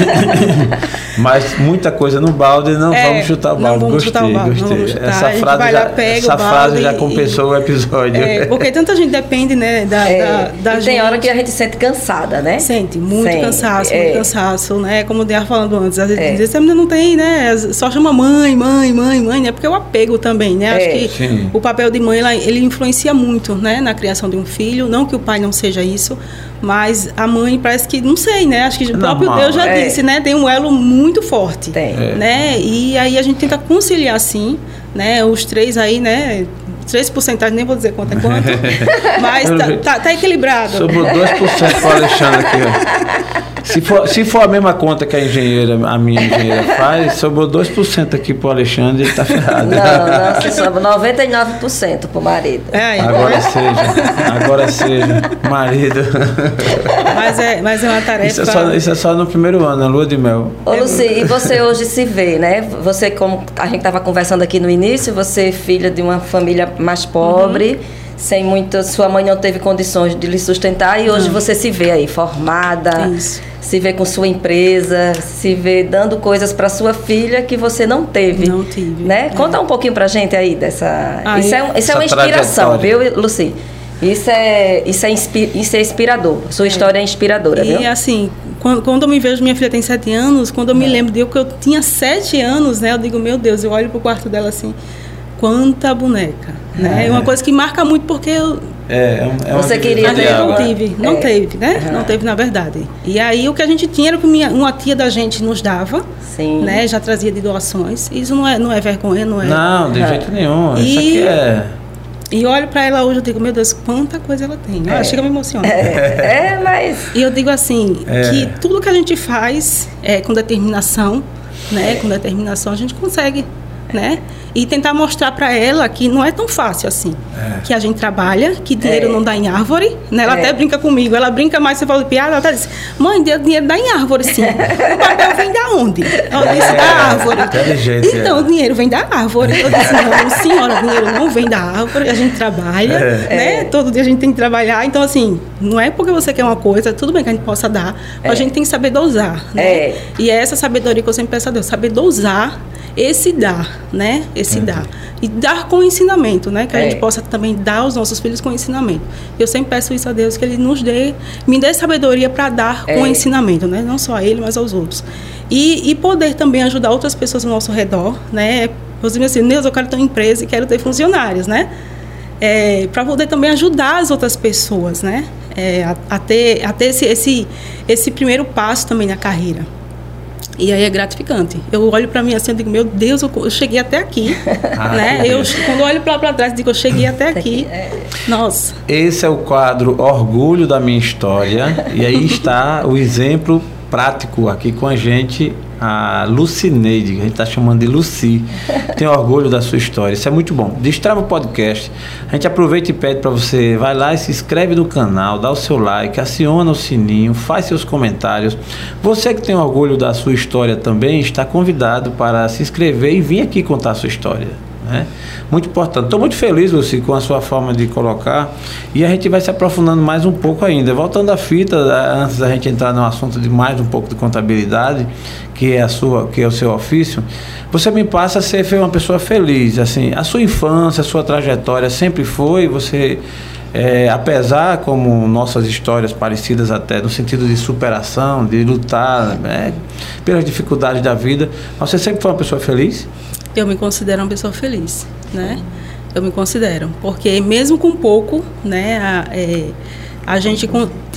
Speaker 1: Mas muita coisa no balde, não vamos chutar o balde.
Speaker 3: Gostei.
Speaker 1: Essa frase já compensou o episódio.
Speaker 3: Porque tanta gente depende, né, da gente.
Speaker 2: Tem hora que a gente sente cansada, né?
Speaker 3: Sente, muito cansaço, né? Como eu estava falando antes, às vezes você ainda não tem, né? Só chama mãe, né? Porque é o apego também, né? Acho que o papel de mãe, ele influencia muito, né? Na criação de um filho, não que o pai não seja isso, mas a mãe parece que, não sei, né? Acho que o próprio Deus já disse, né? Tem um elo muito forte, né? E aí a gente tenta conciliar, assim, né? Os três aí, né? 3%, nem vou dizer quanto é quanto, mas tá equilibrado.
Speaker 1: Sobrou 2% para o Alexandre aqui, ó. Se for a mesma conta que a minha engenheira faz, sobrou 2% aqui pro Alexandre e ele tá ferrado.
Speaker 2: Não, se sobra 99% pro marido.
Speaker 1: Agora seja, marido.
Speaker 3: Mas é uma tarefa...
Speaker 1: Isso é só no primeiro ano, na lua de mel.
Speaker 2: Ô, Lucy, e você hoje se vê, né? Você, como a gente estava conversando aqui no início, você é filha de uma família mais pobre, sem muito... Sua mãe não teve condições de lhe sustentar e hoje você se vê aí formada...
Speaker 3: Isso.
Speaker 2: Se vê com sua empresa, se vê dando coisas para sua filha que você não teve.
Speaker 3: Não tive.
Speaker 2: Né? Conta um pouquinho pra gente aí dessa... Isso é uma inspiração, viu, Lucy? Isso é inspirador. Sua história é inspiradora, viu?
Speaker 3: E assim, quando eu me vejo, minha filha tem 7 anos, quando eu me lembro de que eu tinha 7 anos, né? Eu digo, meu Deus, eu olho pro quarto dela assim, quanta boneca, né? É uma coisa que marca muito porque eu...
Speaker 2: Você queria ter
Speaker 3: não teve, né? Não teve, na verdade. E aí o que a gente tinha era o que uma tia da gente nos dava,
Speaker 2: sim,
Speaker 3: né? Já trazia de doações. Isso não é vergonha, não é...
Speaker 1: Não, de jeito nenhum. Isso aqui é...
Speaker 3: E olho para ela hoje, eu digo, meu Deus, quanta coisa ela tem. Chega a me emocionar.
Speaker 2: Mas...
Speaker 3: E eu digo assim, que tudo que a gente faz com determinação, né? Com determinação a gente consegue, né? E tentar mostrar para ela que não é tão fácil assim. Que a gente trabalha, que dinheiro não dá em árvore, né? Ela até brinca comigo. Ela brinca mais, você fala de piada, ela até diz, mãe, dinheiro dá em árvore, sim. O papel vem da onde? Eu disse, da árvore. Então, o dinheiro vem da árvore. Eu disse, não, senhora, o dinheiro não vem da árvore, a gente trabalha, né? Todo dia a gente tem que trabalhar. Então, assim, não é porque você quer uma coisa, tudo bem que a gente possa dar, mas a gente tem que saber dosar, né? E é essa sabedoria que eu sempre peço a Deus, saber dosar esse dar, né? Esse dar. E dar com ensinamento, né? Que a gente possa também dar aos nossos filhos com ensinamento. Eu sempre peço isso a Deus, que Ele me dê sabedoria para dar com ensinamento, né? Não só a Ele, mas aos outros. E poder também ajudar outras pessoas ao nosso redor, né? Por exemplo, assim, Deus, eu quero ter uma empresa e quero ter funcionários, né? Para poder também ajudar as outras pessoas, né? A ter esse primeiro passo também na carreira. E aí é gratificante. Eu olho para mim assim, eu digo, meu Deus, eu cheguei até aqui, né? Quando eu olho para trás, eu digo, eu cheguei até aqui. Nossa.
Speaker 1: Esse é o quadro Orgulho da Minha História. E aí está o exemplo prático aqui com a gente, a Lucineide, que a gente está chamando de Luci. Tem orgulho da sua história. Isso é muito bom. Destrava o podcast. A gente aproveita e pede para você, vai lá e se inscreve no canal, dá o seu like, aciona o sininho, faz seus comentários. Você que tem orgulho da sua história também está convidado para se inscrever e vir aqui contar a sua história. Muito importante. Estou muito feliz, Luci, com a sua forma de colocar, e a gente vai se aprofundando mais um pouco ainda. Voltando à fita, antes da gente entrar no assunto de mais um pouco de contabilidade, que é o seu ofício, você me passa a ser uma pessoa feliz. Assim, a sua infância, a sua trajetória sempre foi, você... apesar, como nossas histórias parecidas até, no sentido de superação, de lutar pelas dificuldades da vida, você sempre foi uma pessoa feliz?
Speaker 3: Eu me considero uma pessoa feliz, né? Eu me considero, porque mesmo com pouco, né? A gente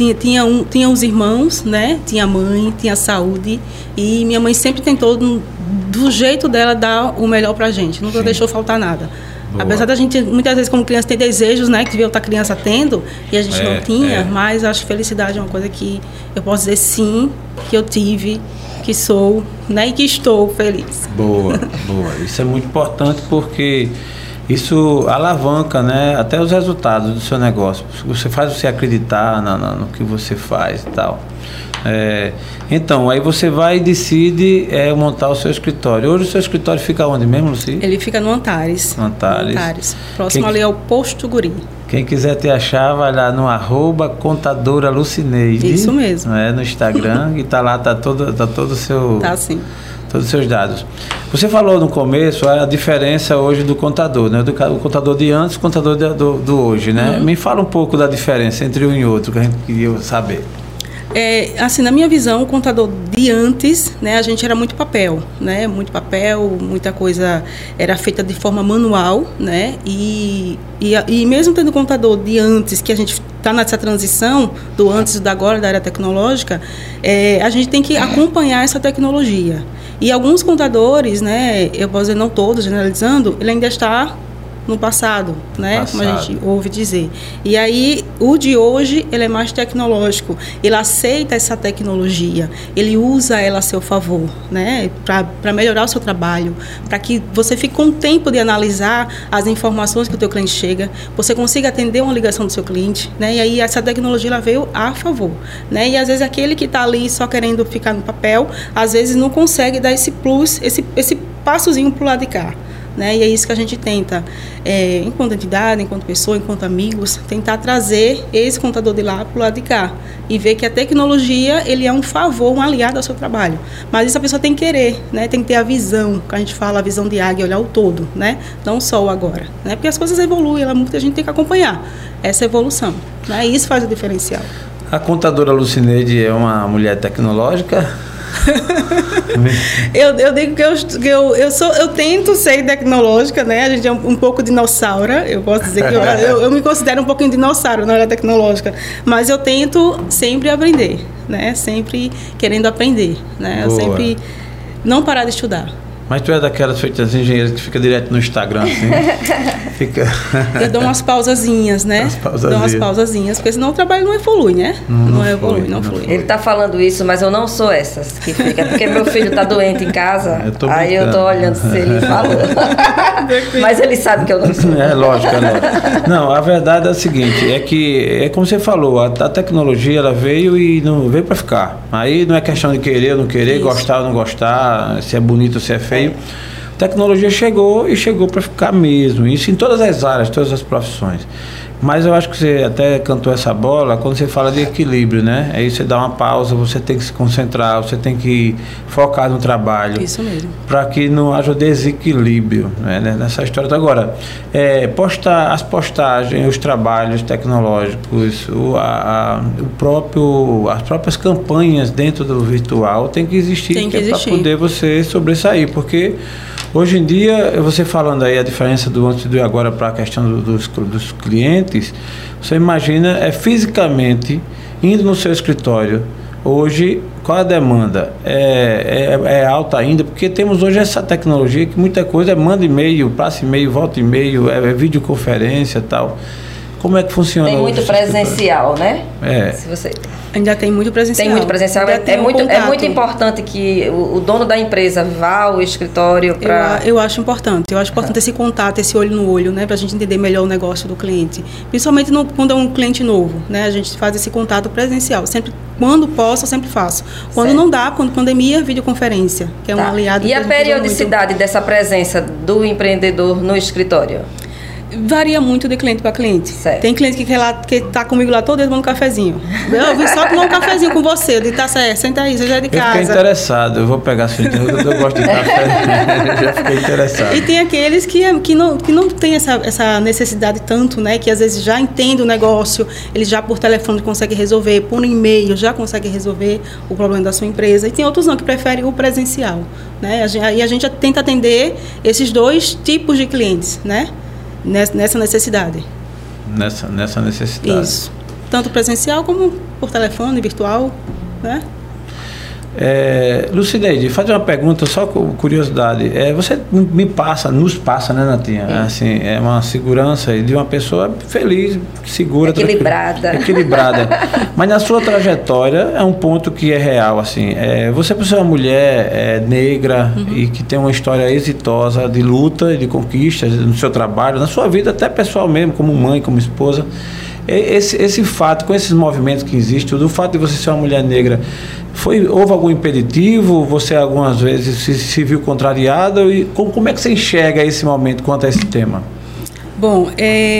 Speaker 3: tinha os irmãos, né? Tinha a mãe, tinha a saúde, e minha mãe sempre tentou, do jeito dela, dar o melhor pra gente. Nunca deixou faltar nada. Boa. Apesar da gente, muitas vezes, como criança, ter desejos, né? Que devia outra criança tendo, e a gente não tinha, mas acho que felicidade é uma coisa que eu posso dizer sim, que eu tive, que sou, né, e que estou feliz.
Speaker 1: Boa. Isso é muito importante porque isso alavanca, né, até os resultados do seu negócio. Você faz você acreditar no que você faz e tal. Então, aí você vai e decide montar o seu escritório. Hoje o seu escritório fica onde mesmo, Luci?
Speaker 3: Ele fica no Antares. Próximo ali ao Posto Guri.
Speaker 1: Quem quiser te achar, vai lá no @contadora Lucineide.
Speaker 3: Isso mesmo.
Speaker 1: No Instagram, e tá lá, tá todo o seu...
Speaker 3: Tá sim.
Speaker 1: Todos os seus dados. Você falou no começo a diferença hoje do contador, né? O contador de antes e o contador do hoje, né? Me fala um pouco da diferença entre um e outro, que a gente queria saber.
Speaker 3: Assim, na minha visão, o contador de antes, né, a gente era muito papel, né, muita coisa era feita de forma manual, né, e mesmo tendo contador de antes, que a gente está nessa transição do antes e do agora, da era tecnológica, a gente tem que acompanhar essa tecnologia. E alguns contadores, né, eu posso dizer, não todos, generalizando, ele ainda está no passado, né? Como a gente ouve dizer. E aí, o de hoje, ele é mais tecnológico. Ele aceita essa tecnologia, ele usa ela a seu favor, né? Para melhorar o seu trabalho, para que você fique com tempo de analisar as informações que o teu cliente chega, você consiga atender uma ligação do seu cliente, né? E aí, essa tecnologia, ela veio a favor, né? E às vezes, aquele que está ali só querendo ficar no papel, às vezes não consegue dar esse plus, esse passozinho pro lado de cá, né? E é isso que a gente tenta, enquanto entidade, enquanto pessoa, enquanto amigos, tentar trazer esse contador de lá para o lado de cá e ver que a tecnologia, ele é um favor, um aliado ao seu trabalho. Mas isso a pessoa tem que querer, né? Tem que ter a visão, que a gente fala, a visão de águia, olhar o todo, né? Não só o agora, né? Porque as coisas evoluem, muita gente tem que acompanhar essa evolução, né? E isso faz o diferencial.
Speaker 1: A contadora Lucineide é uma mulher tecnológica?
Speaker 3: eu digo que eu tento ser tecnológica, né? A gente é um pouco dinossauro. Eu posso dizer que eu me considero um pouquinho dinossauro na área tecnológica, mas eu tento sempre aprender, né? Sempre querendo aprender, né? Eu sempre não parar de estudar.
Speaker 1: Mas tu é daquelas feitas engenheiras que fica direto no Instagram, assim?
Speaker 3: Eu dou umas pausazinhas, né? Dou umas pausazinhas, porque senão o trabalho não evolui, né? Não flui.
Speaker 2: Ele tá falando isso, mas eu não sou essas que fica, porque meu filho tá doente em casa, aí eu tô olhando se ele falou. Mas ele sabe que eu não sou.
Speaker 1: É lógico. Não, a verdade é a seguinte, é que, é como você falou, a tecnologia, ela veio e não veio para ficar. Aí não é questão de querer ou não querer, isso. Gostar ou não gostar, se é bonito ou se é feio. A tecnologia chegou para ficar mesmo, isso em todas as áreas, todas as profissões. Mas eu acho que você até cantou essa bola quando você fala de equilíbrio, né? Aí você dá uma pausa, você tem que se concentrar, você tem que focar no trabalho.
Speaker 3: Isso mesmo. Para
Speaker 1: que não haja
Speaker 3: desequilíbrio,
Speaker 1: né? Nessa história. Agora, as postagens, os trabalhos tecnológicos, as próprias campanhas dentro do virtual tem que existir, para poder você sobressair, porque hoje em dia, você falando aí a diferença do antes e do agora para a questão dos clientes, você imagina fisicamente indo no seu escritório. Hoje, qual a demanda? É alta ainda, porque temos hoje essa tecnologia que muita coisa manda e-mail, passa e-mail, volta e-mail, videoconferência e tal. Como é que funciona?
Speaker 2: Tem muito presencial, né?
Speaker 1: Se
Speaker 2: você...
Speaker 3: Ainda tem muito presencial.
Speaker 2: Tem muito presencial. É muito importante que o dono da empresa vá ao escritório para...
Speaker 3: Eu acho importante. Eu acho importante esse contato, esse olho no olho, né? Para a gente entender melhor o negócio do cliente. Principalmente quando é um cliente novo, né? A gente faz esse contato presencial. Sempre, quando posso, eu sempre faço. Quando não dá, quando pandemia, videoconferência, que é um aliado.
Speaker 2: E a periodicidade dessa presença do empreendedor no escritório?
Speaker 3: Varia muito de cliente para cliente.
Speaker 2: Certo.
Speaker 3: Tem cliente que está comigo lá todo dia tomando um cafezinho. Eu vim só tomar um cafezinho com você. Eu disse, tá certo, senta aí, você já é de casa.
Speaker 1: Eu fiquei interessado, eu vou pegar a sua eu gosto de café. Já fiquei interessado.
Speaker 3: E tem aqueles que não tem essa necessidade tanto, né? Que às vezes já entende o negócio, eles já por telefone conseguem resolver, por e-mail já conseguem resolver o problema da sua empresa. E tem outros não, que preferem o presencial, né? E a gente tenta atender esses dois tipos de clientes, né? Nessa necessidade.
Speaker 1: Nessa necessidade.
Speaker 3: Isso. Tanto presencial como por telefone, virtual, né?
Speaker 1: Lucineide, fazer uma pergunta, só com curiosidade. Você nos passa, né, Natinha? Assim, é uma segurança de uma pessoa feliz, segura, equilibrada. Mas na sua trajetória é um ponto que é real, assim. Você, por ser uma mulher negra e que tem uma história exitosa de luta e de conquistas no seu trabalho, na sua vida, até pessoal mesmo, como mãe, como esposa. Esse fato, com esses movimentos que existem, do fato de você ser uma mulher negra, houve algum impeditivo? Você algumas vezes se viu contrariada? E como é que você enxerga esse momento quanto a esse tema?
Speaker 3: Bom,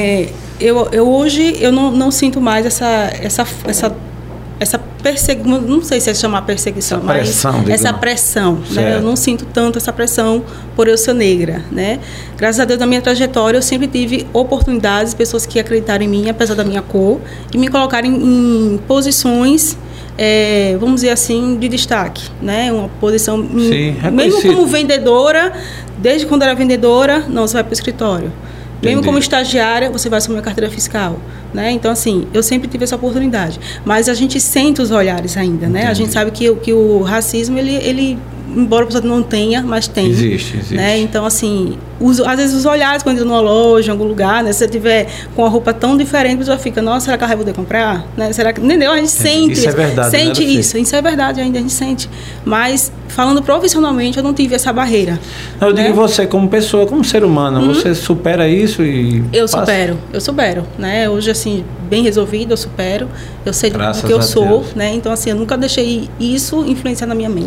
Speaker 3: hoje eu não sinto mais essa perseguição, não sei se é chamar perseguição, essa pressão, né? Eu não sinto tanto essa pressão por eu ser negra, né? Graças a Deus, na minha trajetória, eu sempre tive oportunidades, pessoas que acreditaram em mim, apesar da minha cor, e me colocaram em posições, vamos dizer assim, de destaque, né? Uma posição, mesmo como vendedora, desde quando era vendedora, não, você vai para o escritório. Entendi. Mesmo como estagiária, você vai assumir a carteira fiscal, né? Então, assim, eu sempre tive essa oportunidade. Mas a gente sente os olhares ainda, né? Entendi. A gente sabe que o racismo, ele embora a pessoa não tenha, mas tem.
Speaker 1: Existe.
Speaker 3: Né? Então, assim, às vezes os olhares, quando entra numa loja, em algum lugar, né? Se você tiver com uma roupa tão diferente, a pessoa fica, nossa, será que ela vai poder comprar? Né? Será que... Entendeu? A gente sente
Speaker 1: isso. Isso é verdade.
Speaker 3: Sente isso. Isso é verdade ainda, a gente sente. Mas, falando profissionalmente, eu não tive essa barreira.
Speaker 1: Eu digo você, como pessoa, como ser humano, você supera isso e...
Speaker 3: Eu supero, né? Hoje, assim, bem resolvido, eu supero. Eu sei do que eu sou, né? Então, assim, eu nunca deixei isso influenciar na minha mente.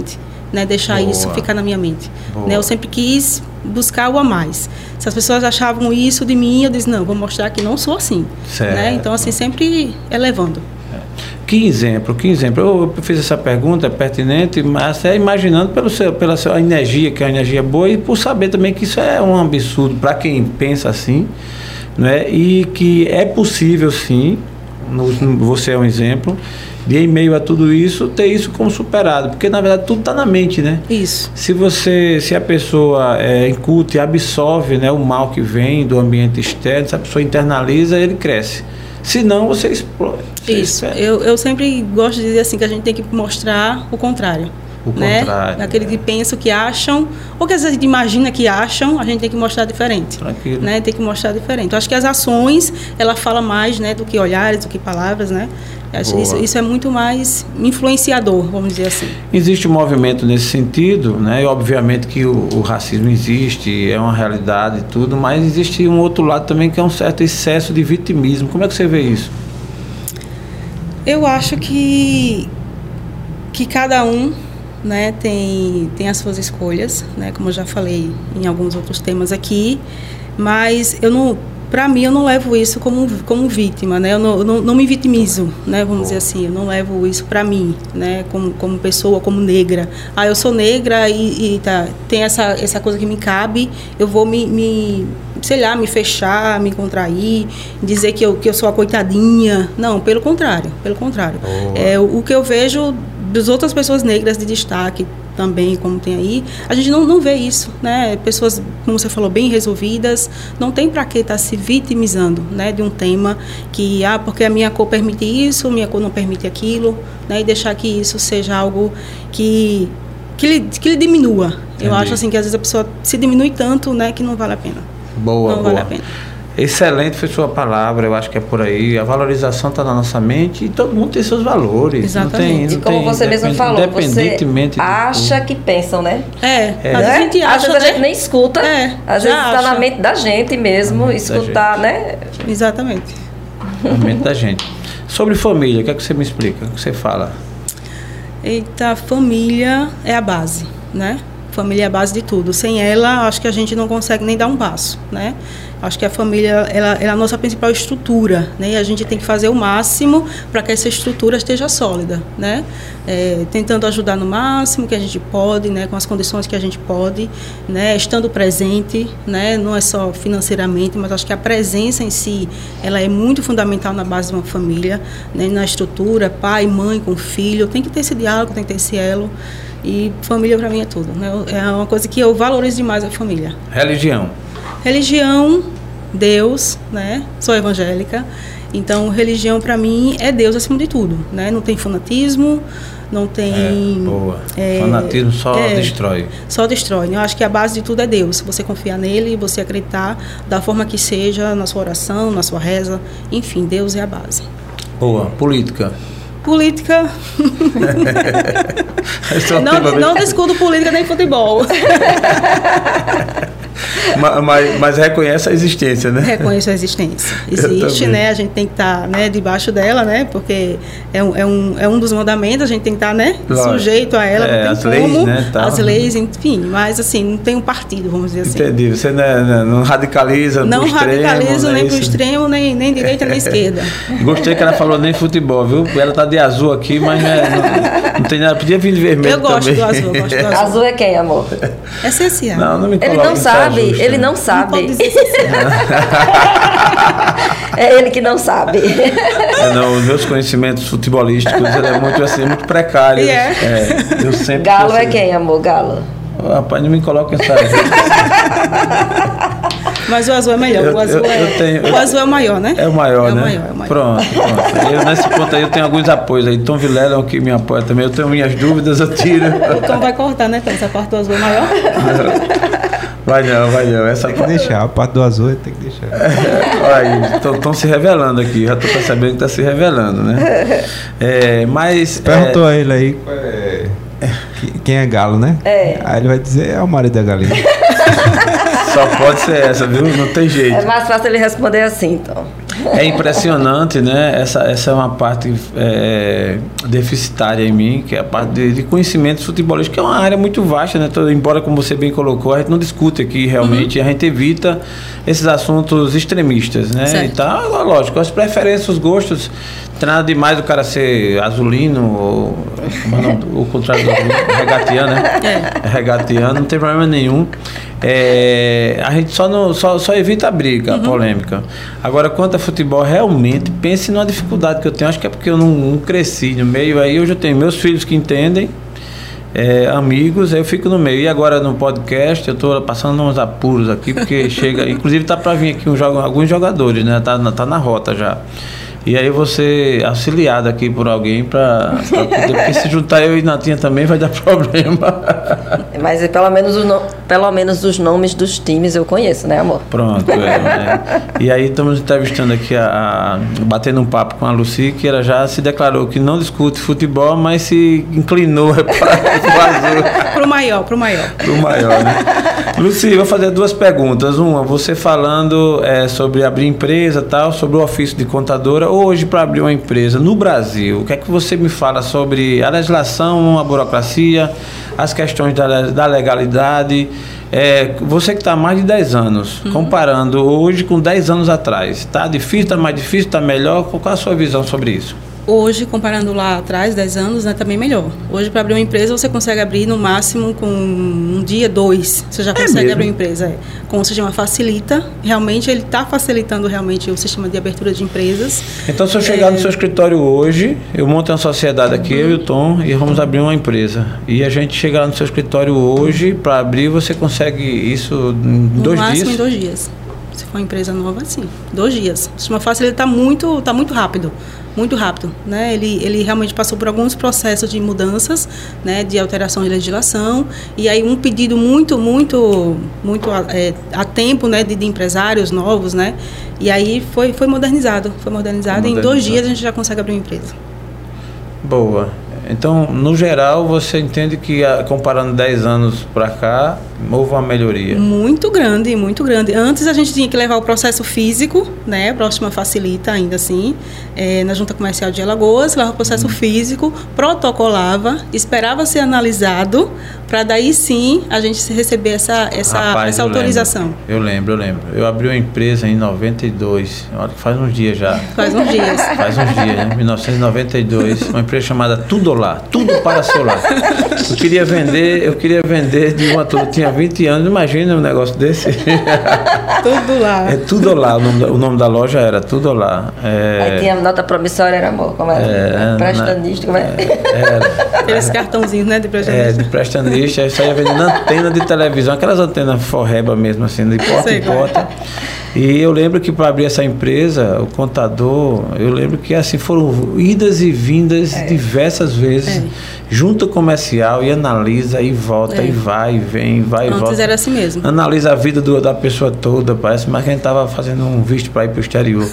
Speaker 3: né, deixar
Speaker 1: Boa.
Speaker 3: isso ficar na minha mente.
Speaker 1: Boa.
Speaker 3: Né, eu sempre quis buscar o a mais. Se as pessoas achavam isso de mim, eu disse, não, vou mostrar que não sou assim.
Speaker 1: Certo.
Speaker 3: Né? Então, assim, sempre elevando.
Speaker 1: Que exemplo. Eu fiz essa pergunta, é pertinente, mas é imaginando pela sua energia, que é uma energia boa, e por saber também que isso é um absurdo para quem pensa assim, né? E que é possível, sim, você é um exemplo, de em meio a tudo isso, ter isso como superado, porque na verdade tudo está na mente, né?
Speaker 3: Isso.
Speaker 1: Se a pessoa incute e absorve, né, o mal que vem do ambiente externo, se a pessoa internaliza, ele cresce. Se não, você explode.
Speaker 3: Isso. Eu sempre gosto de dizer assim, que a gente tem que mostrar o contrário.
Speaker 1: O
Speaker 3: né?
Speaker 1: contrário.
Speaker 3: Aquele que pensa, que acham, ou que às vezes a gente imagina que acham, a gente tem que mostrar diferente.
Speaker 1: Tranquilo.
Speaker 3: Né? Tem que mostrar diferente. Eu acho que as ações, ela fala mais, né, do que olhares, do que palavras, né? Isso é muito mais influenciador, vamos dizer assim.
Speaker 1: Existe um movimento nesse sentido, né? E obviamente que o racismo existe, é uma realidade e tudo, mas existe um outro lado também, que é um certo excesso de vitimismo. Como é que você vê isso?
Speaker 3: Eu acho que cada um, né, tem as suas escolhas, né, como eu já falei em alguns outros temas aqui, mas para mim, eu não levo isso como vítima, né? Eu não me vitimizo, né? Vamos dizer assim, eu não levo isso para mim, né? Como pessoa, como negra. Ah, eu sou negra e tem essa coisa que me cabe, eu vou me fechar, me contrair, dizer que eu sou a coitadinha. Não, pelo contrário. Oh. O que eu vejo das outras pessoas negras de destaque também, como tem aí, a gente não vê isso, né? Pessoas, como você falou, bem resolvidas, não tem para que estar se vitimizando, né? De um tema que, porque a minha cor permite isso, minha cor não permite aquilo, né? E deixar que isso seja algo que lhe diminua. Entendi. Eu acho assim que às vezes a pessoa se diminui tanto, né? Que não vale a pena.
Speaker 1: Boa. Vale a pena. Excelente foi sua palavra, eu acho que é por aí. A valorização está na nossa mente e todo mundo tem seus valores.
Speaker 3: Exatamente.
Speaker 2: E como você mesmo falou, você acha que pensam, né?
Speaker 3: Às vezes a gente acha,
Speaker 2: às vezes a gente nem escuta, às vezes está na mente da gente mesmo, escutar, né?
Speaker 3: Exatamente.
Speaker 1: Na mente da gente. Sobre família, o que é que você me explica? O que você fala?
Speaker 3: Eita, família é a base, né? Família é a base de tudo. Sem ela, acho que a gente não consegue nem dar um passo, né? Acho que a família ela é a nossa principal estrutura, né? E a gente tem que fazer o máximo para que essa estrutura esteja sólida, né? Tentando ajudar no máximo que a gente pode, né? Com as condições que a gente pode, né? Estando presente, né? Não é só financeiramente, mas acho que a presença em si, ela é muito fundamental na base de uma família, né? Na estrutura, pai, mãe com filho, tem que ter esse diálogo, tem que ter esse elo. E família para mim é tudo, né? É uma coisa que eu valorizo demais, a família. Religião, Deus, né? Sou evangélica, então religião para mim é Deus acima de tudo, né? Não tem fanatismo, não tem...
Speaker 1: fanatismo só destrói.
Speaker 3: Só destrói, né? Eu acho que a base de tudo é Deus. Se você confiar nele, você acreditar da forma que seja, na sua oração, na sua reza, enfim, Deus é a base.
Speaker 1: Boa. Política,
Speaker 3: não discuto política nem futebol.
Speaker 1: Mas reconhece a existência, né?
Speaker 3: Reconheço a existência. Existe, né? A gente tem que estar, né, debaixo dela, né? Porque é um dos mandamentos, a gente tem que estar, né, sujeito a ela. Não tem leis, né? As leis, enfim. Mas, assim, não tem um partido, vamos dizer assim.
Speaker 1: Entendi. Você não radicaliza
Speaker 3: não radicalizo nem pro extremo, nem direita, nem esquerda.
Speaker 1: Gostei que ela falou nem futebol, viu? Ela tá de azul aqui, mas não tem nada. Podia vir de vermelho também.
Speaker 3: Eu gosto do azul.
Speaker 2: Azul é quem, amor?
Speaker 3: É CSA.
Speaker 1: Não me
Speaker 2: Ele não sabe. Ele não sabe.
Speaker 3: Não pode dizer
Speaker 2: É ele que não sabe.
Speaker 1: Os meus conhecimentos futebolísticos é muito assim, muito precário. Eu sempre
Speaker 2: Galo é quem, amor? Galo.
Speaker 1: Rapaz, não me coloca essa.
Speaker 3: Mas o azul é melhor. O azul é o maior, né?
Speaker 1: É o maior, né?
Speaker 3: É o maior.
Speaker 1: Pronto. Nesse ponto aí eu tenho alguns apoios aí. Tom Vilela é o que me apoia também. Eu tenho minhas dúvidas, eu tiro.
Speaker 3: O Tom vai cortar, né? Então, essa parte do azul é maior.
Speaker 1: Vai não. Essa
Speaker 4: tem que deixar, a parte do azul tem que deixar.
Speaker 1: Olha, estão se revelando aqui, já estou percebendo que está se revelando, né? Mas...
Speaker 4: Perguntou a ele aí quem é galo, né? Aí ele vai dizer, é o marido da galinha.
Speaker 1: Só pode ser essa, viu? Não tem jeito.
Speaker 2: É mais fácil ele responder assim, então.
Speaker 1: É impressionante, né? Essa é uma parte deficitária em mim, que é a parte de conhecimento futebolístico, que é uma área muito vasta, né? Embora, como você bem colocou, a gente não discute aqui realmente, a gente evita esses assuntos extremistas, né?
Speaker 3: Certo.
Speaker 1: Então, lógico, as preferências, os gostos, não tem nada demais o cara ser azulino, ou o contrário do azulino, regatiano, né? Regatiano, não tem problema nenhum. A gente só evita a briga, a polêmica. Agora, quanto a futebol, realmente, pense numa dificuldade que eu tenho. Acho que é porque eu não cresci no meio. Aí hoje eu tenho meus filhos que entendem, amigos, aí eu fico no meio. E agora no podcast eu estou passando uns apuros aqui, porque chega. Inclusive tá para vir aqui alguns jogadores, né? Tá na rota já. E aí você auxiliado aqui por alguém para poder, porque se juntar eu e Natinha também vai dar problema.
Speaker 2: Mas pelo menos os nomes dos times eu conheço, né, amor?
Speaker 1: Pronto, E aí estamos entrevistando aqui, batendo um papo com a Lucy, que ela já se declarou que não discute futebol, mas se inclinou para o azul.
Speaker 3: Pro maior.
Speaker 1: Pro maior, né? Lucy, vou fazer duas perguntas. Uma, você falando sobre abrir empresa e tal, sobre o ofício de contadora. Hoje, para abrir uma empresa no Brasil, o que é que você me fala sobre a legislação, a burocracia, as questões da legalidade? Você que está há mais de 10 anos, comparando hoje com 10 anos atrás, está difícil, está mais difícil, está melhor? Qual é a sua visão sobre isso?
Speaker 3: Hoje, comparando lá atrás, 10 anos, né, também melhor. Hoje, para abrir uma empresa, você consegue abrir no máximo com um dia, 2. Você já consegue abrir uma empresa. Com o sistema Facilita. Realmente, ele está facilitando realmente o sistema de abertura de empresas.
Speaker 1: Então, se eu chegar no seu escritório hoje, eu monto uma sociedade aqui, eu e o Tom, e vamos abrir uma empresa. E a gente chegar no seu escritório hoje, para abrir, você consegue isso em 2 dias?
Speaker 3: No máximo em 2 dias. Se for uma empresa nova, sim. 2 dias. O sistema Facilita está muito rápido. Muito rápido, né? Ele realmente passou por alguns processos de mudanças, né? De alteração de legislação, e aí um pedido muito a tempo, né? De empresários novos, né? E aí foi modernizado. Em 2 dias a gente já consegue abrir uma empresa.
Speaker 1: Boa. Então, no geral, você entende que, comparando 10 anos para cá, houve uma melhoria? Muito grande.
Speaker 3: Antes a gente tinha que levar o processo físico, né? A próxima Facilita, ainda assim, na Junta Comercial de Alagoas, levava o processo físico, protocolava, esperava ser analisado, para daí sim a gente receber essa autorização.
Speaker 1: Eu lembro. Eu abri uma empresa em 92, olha que faz uns dias já.
Speaker 3: Faz uns dias,
Speaker 1: né? 1992, uma empresa chamada Tudo para celular. Eu queria vender de uma turma, tinha 20 anos, imagina um negócio desse.
Speaker 3: Tudo lá.
Speaker 1: Tudo lá, o nome da loja era Tudo lá.
Speaker 2: Aí tinha nota promissória, era amor, como era? Prestanista, como é?
Speaker 3: Aqueles cartãozinhos, né, de prestanista.
Speaker 1: De prestanista, aí saía vendendo antena de televisão, aquelas antenas forreba mesmo, assim, de porta em porta. E eu lembro que para abrir essa empresa, o contador, eu lembro que assim foram idas e vindas diversas vezes, junta comercial e analisa e volta e vai e vem, vai e volta.
Speaker 3: Antes era assim mesmo.
Speaker 1: Analisa a vida da pessoa toda, parece mais que a gente estava fazendo um visto para ir para o exterior.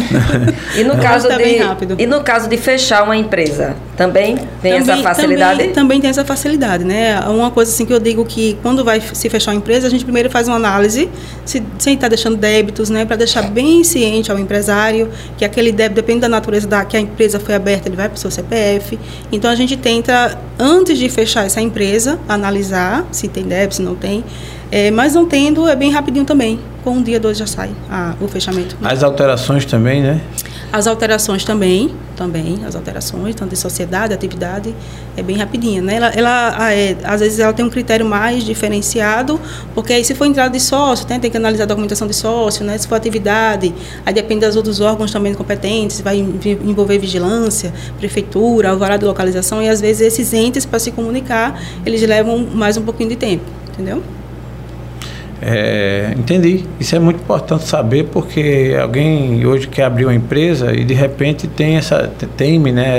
Speaker 2: E no caso de fechar uma empresa, também tem essa facilidade?
Speaker 3: Também tem essa facilidade, né? Uma coisa assim que eu digo que quando vai se fechar uma empresa, a gente primeiro faz uma análise, sem estar deixando débitos, né? Para deixar bem ciente ao empresário que aquele débito, depende da natureza que a empresa foi aberta, ele vai para o seu CPF. Então a gente tenta, antes de fechar essa empresa, analisar se tem débito, se não tem. Mas não tendo, é bem rapidinho também. Com um dia, 2 já sai o fechamento.
Speaker 1: As alterações também, né?
Speaker 3: As alterações também, as alterações, tanto de sociedade, atividade, é bem rapidinha, né? Às vezes ela tem um critério mais diferenciado, porque aí se for entrada de sócio, tem que analisar a documentação de sócio, né? Se for atividade, aí depende dos outros órgãos também competentes, vai envolver vigilância, prefeitura, alvará de localização, e às vezes esses entes, para se comunicar, eles levam mais um pouquinho de tempo, entendeu?
Speaker 1: Entendi. Isso é muito importante saber, porque alguém hoje quer abrir uma empresa e de repente teme, né,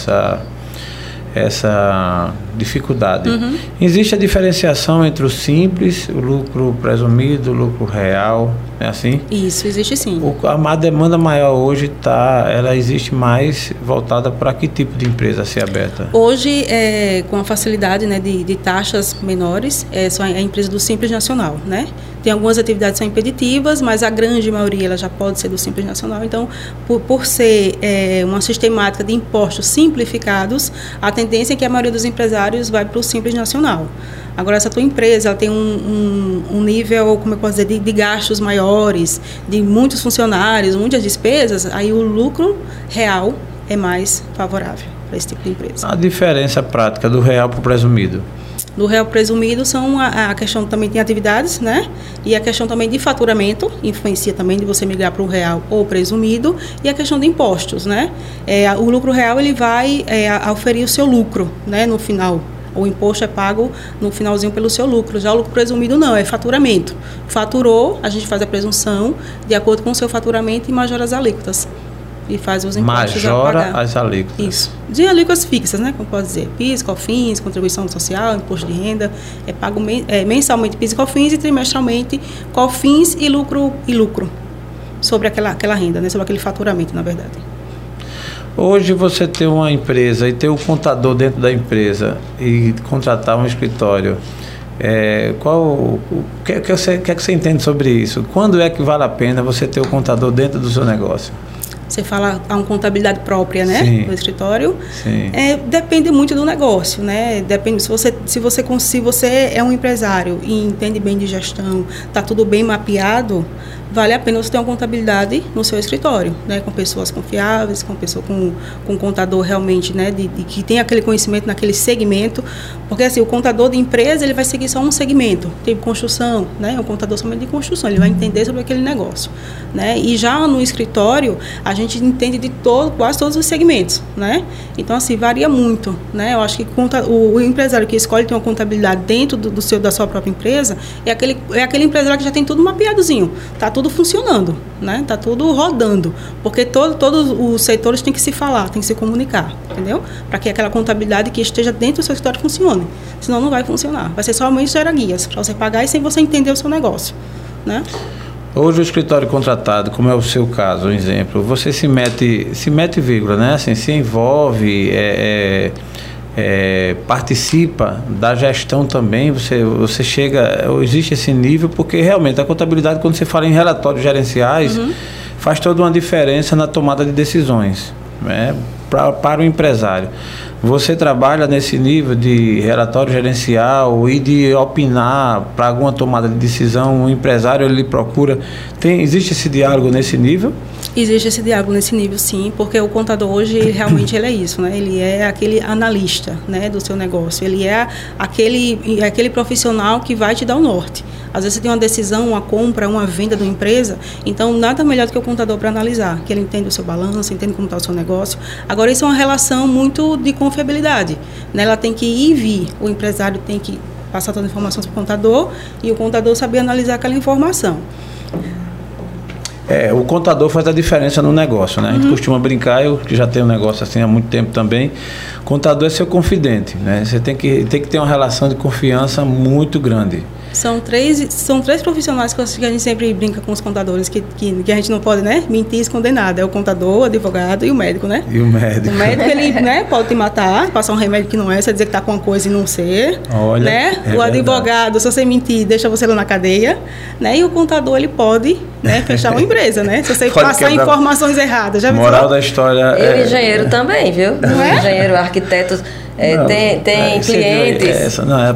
Speaker 1: essa dificuldade. Existe a diferenciação entre o simples, o lucro presumido, o lucro real. É assim?
Speaker 3: Isso, existe sim.
Speaker 1: A demanda maior hoje ela existe mais voltada para que tipo de empresa a ser aberta?
Speaker 3: Hoje, com a facilidade, né, de taxas menores, só a empresa do Simples Nacional, né? Tem algumas atividades que são impeditivas, mas a grande maioria ela já pode ser do Simples Nacional. Então, por ser uma sistemática de impostos simplificados, a tendência é que a maioria dos empresários vai para o Simples Nacional. Agora, essa tua empresa ela tem um nível, como eu posso dizer, de gastos maiores, de muitos funcionários, muitas despesas, aí o lucro real é mais favorável para esse tipo de empresa.
Speaker 1: A diferença prática do real para o presumido?
Speaker 3: Do real presumido são a questão também tem atividades, né? E a questão também de faturamento, influencia também de você migrar para o real ou presumido, e a questão de impostos, né? O lucro real ele vai oferir o seu lucro, né? No final. O imposto é pago no finalzinho pelo seu lucro. Já o lucro presumido não, é faturamento. Faturou, a gente faz a presunção de acordo com o seu faturamento e majora as alíquotas. E faz os impostos a pagar.
Speaker 1: Majora as alíquotas.
Speaker 3: Isso. De alíquotas fixas, né? Como pode dizer, PIS, COFINS, contribuição social, imposto de renda. É pago mensalmente PIS e COFINS e trimestralmente COFINS e lucro sobre aquela renda, né? Sobre aquele faturamento, na verdade.
Speaker 1: Hoje você ter uma empresa e ter o contador dentro da empresa e contratar um escritório, o que é que você entende sobre isso? Quando é que vale a pena você ter o contador dentro do seu negócio?
Speaker 3: Você fala a uma contabilidade própria, né?
Speaker 1: Sim.
Speaker 3: Do escritório.
Speaker 1: Sim.
Speaker 3: Depende muito do negócio, né? Depende, se você é um empresário e entende bem de gestão, está tudo bem mapeado, vale a pena você ter uma contabilidade no seu escritório, né? Com pessoas confiáveis, com um contador realmente, né? Que tem aquele conhecimento naquele segmento, porque assim, o contador de empresa, ele vai seguir só um segmento, tipo construção, né? É um contador somente de construção, ele vai entender sobre aquele negócio, né? E já no escritório, a gente entende de quase todos os segmentos, né? Então, assim, varia muito, né? Eu acho que o empresário que escolhe ter uma contabilidade dentro da sua própria empresa, é aquele empresário que já tem tudo mapeadozinho, tá tudo funcionando, né? Tá tudo rodando, porque todos os setores têm que se falar, têm que se comunicar, entendeu? Para que aquela contabilidade que esteja dentro do seu escritório funcione, senão não vai funcionar, vai ser somente gerar guias para você pagar e sem você entender o seu negócio, né?
Speaker 1: Hoje o escritório contratado, como é o seu caso, um exemplo, você se mete vírgula, né? Assim, se envolve, participa da gestão também, você chega, existe esse nível, porque realmente a contabilidade, quando você fala em relatórios gerenciais, faz toda uma diferença na tomada de decisões, né? Para o empresário. Você trabalha nesse nível de relatório gerencial e de opinar para alguma tomada de decisão, o empresário ele procura, existe esse diálogo nesse nível?
Speaker 3: Existe esse diálogo nesse nível, sim, porque o contador hoje, realmente, ele é isso, né? Ele é aquele analista, né, do seu negócio, ele é aquele profissional que vai te dar o norte. Às vezes você tem uma decisão, uma compra, uma venda de uma empresa, então nada melhor do que o contador para analisar, que ele entende o seu balanço, entende como está o seu negócio. Agora, isso é uma relação muito de confiabilidade, né? Ela tem que ir e vir, o empresário tem que passar toda a informação para o contador e o contador saber analisar aquela informação.
Speaker 1: O contador faz a diferença no negócio, né? A gente costuma brincar, eu que já tenho um negócio assim há muito tempo também, contador é seu confidente, né? Você tem que ter uma relação de confiança muito grande.
Speaker 3: São três profissionais que a gente sempre brinca com os contadores, que a gente não pode, né, mentir e esconder nada. É o contador, o advogado e o médico, né?
Speaker 1: E o médico.
Speaker 3: O médico, ele, né, pode te matar, passar um remédio que não é, você dizer que está com uma coisa e não ser.
Speaker 1: Olha,
Speaker 3: né? O advogado, se você mentir, deixa você lá na cadeia. Né? E o contador, ele pode, né, fechar uma empresa, né? Se você passar informações erradas. Já
Speaker 1: moral da história
Speaker 2: e o engenheiro também, viu? Não é? Engenheiro, arquiteto... tem clientes,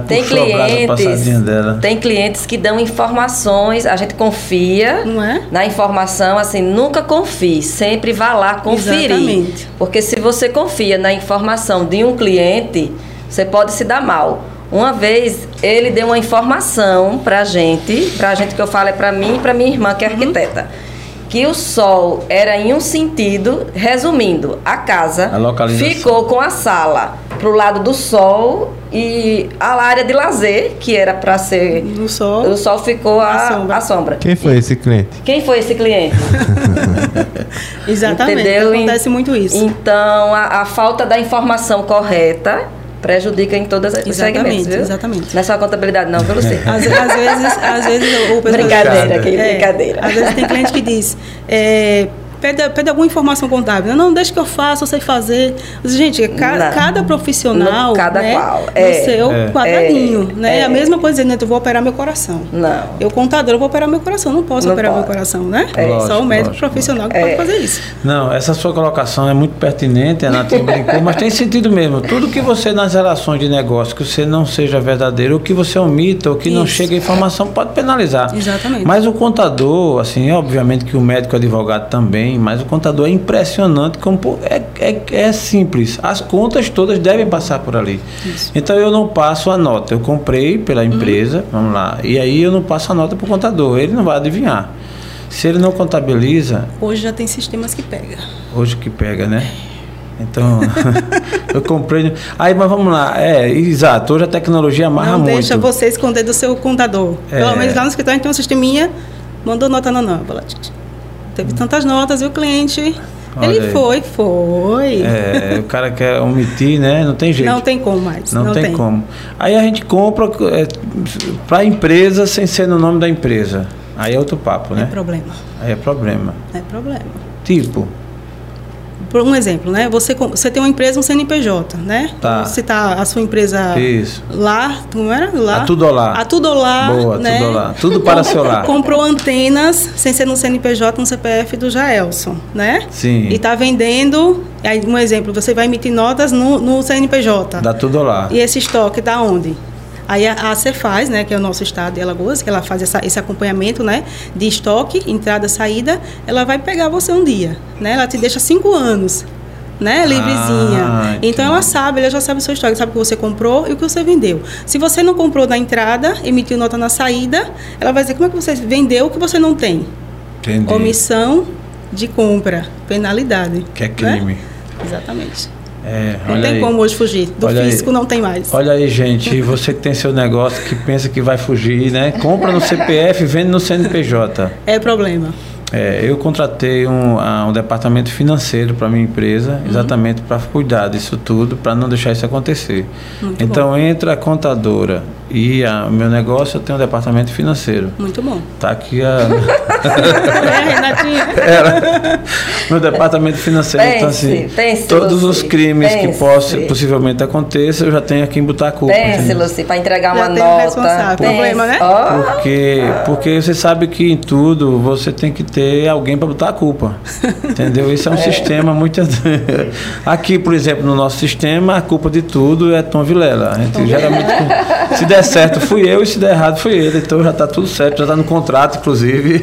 Speaker 2: tem clientes que dão informações, a gente confia na informação, assim, nunca confie, sempre vá lá conferir. Exatamente. Porque se você confia na informação de um cliente, você pode se dar mal. Uma vez ele deu uma informação pra gente que eu falo é pra mim e pra minha irmã que é arquiteta, que o sol era em um sentido, resumindo, a casa ficou com a sala pro lado do sol e a área de lazer, que era para ser o sol ficou a sombra.
Speaker 4: Quem foi esse cliente?
Speaker 3: Exatamente, entendeu? Acontece muito isso.
Speaker 2: Então, a falta da informação correta prejudica em todos os segmentos, viu?
Speaker 3: Exatamente.
Speaker 2: Não é só a contabilidade não, viu, Luci?
Speaker 3: Às vezes o pessoal...
Speaker 2: Brincadeira, brincadeira.
Speaker 3: Às vezes tem cliente que diz... Pede alguma informação contábil. Não, deixa que eu faço, eu sei fazer. Gente, cada profissional,
Speaker 2: cada
Speaker 3: né,
Speaker 2: qual.
Speaker 3: No seu quadradinho. Né? É a mesma coisa dizendo, eu vou operar meu coração.
Speaker 2: Não.
Speaker 3: Eu, contador, eu vou operar meu coração. Não posso operar meu coração, né?
Speaker 1: Lógico,
Speaker 3: só o médico profissional que pode fazer isso.
Speaker 1: Não, essa sua colocação é muito pertinente, a Nath brincou, mas tem sentido mesmo. Tudo que você, nas relações de negócio, que você não seja verdadeiro, ou que você omita, ou que não chegue a informação, pode penalizar.
Speaker 3: Exatamente.
Speaker 1: Mas o contador, assim, obviamente que o médico e o advogado também, mas o contador é impressionante, como é simples. As contas todas devem passar por ali. Isso. Então eu não passo a nota. Eu comprei pela empresa, vamos lá, e aí eu não passo a nota para o contador. Ele não vai adivinhar. Se ele não contabiliza...
Speaker 3: Hoje já tem sistemas que pega.
Speaker 1: Hoje que pega, né? Então, eu comprei... Aí, mas vamos lá. Exato. Hoje a tecnologia amarra muito.
Speaker 3: Não deixa você esconder do seu contador. Pelo menos lá no escritório a gente tem um sisteminha, mandou nota na nova. Teve tantas notas e o cliente...
Speaker 1: Olha
Speaker 3: ele
Speaker 1: aí.
Speaker 3: foi.
Speaker 1: O cara quer omitir, né? Não tem jeito.
Speaker 3: Não tem como mais.
Speaker 1: Não tem como. Aí a gente compra para a empresa sem ser no nome da empresa. Aí é outro papo, né?
Speaker 3: É problema.
Speaker 1: Aí é problema.
Speaker 3: É problema.
Speaker 1: Tipo...
Speaker 3: Por um exemplo, né? Você tem uma empresa, um CNPJ, né?
Speaker 1: Tá.
Speaker 3: Você tá a sua empresa...
Speaker 1: Isso.
Speaker 3: Lá, como era? Lá.
Speaker 1: A Tudolar.
Speaker 3: A Tudolar,
Speaker 1: boa,
Speaker 3: né?
Speaker 1: Tudolar. Tudo para seu lar.
Speaker 3: Comprou antenas sem ser no CNPJ, no CPF do Jaelson, né?
Speaker 1: Sim.
Speaker 3: E tá vendendo... Aí, um exemplo, você vai emitir notas no CNPJ.
Speaker 1: Da Tudolar.
Speaker 3: E esse estoque da onde? Aí a Cefaz, né, que é o nosso estado de Alagoas, que ela faz esse acompanhamento, né, de estoque, entrada, saída, ela vai pegar você um dia, né? Ela te deixa 5 anos, né, livrezinha. Então ela já sabe o seu estoque, sabe o que você comprou e o que você vendeu. Se você não comprou na entrada, emitiu nota na saída, ela vai dizer como é que você vendeu o que você não tem.
Speaker 1: Entendi.
Speaker 3: Omissão de compra, penalidade.
Speaker 1: Que é crime.
Speaker 3: Né? Exatamente.
Speaker 1: Não
Speaker 3: tem como hoje fugir. Do fisco não tem mais.
Speaker 1: Um aí, gente, você que tem seu negócio, que pensa que vai fugir, né? Compra no CPF, vende no CNPJ.
Speaker 3: É problema.
Speaker 1: Eu contratei um departamento financeiro para minha empresa, exatamente para cuidar disso tudo, para não deixar isso acontecer.
Speaker 3: Muito
Speaker 1: então,
Speaker 3: bom.
Speaker 1: entre a contadora e o meu negócio, eu tenho um departamento financeiro.
Speaker 3: Muito bom.
Speaker 1: Tá aqui
Speaker 3: Renatinha.
Speaker 1: Meu departamento financeiro. Então, assim, todos os crimes que possivelmente aconteçam, eu já tenho aqui em Botacuba.
Speaker 2: Pense, Luci, para entregar uma nota.
Speaker 3: Problema, né?
Speaker 1: Porque você sabe que em tudo você tem que ter alguém para botar a culpa, entendeu? Isso é um sistema muito... Aqui, por exemplo, no nosso sistema, a culpa de tudo é Tom Vilela. A gente geralmente, se der certo, fui eu, e se der errado, fui ele. Então já está tudo certo, já está no contrato, inclusive.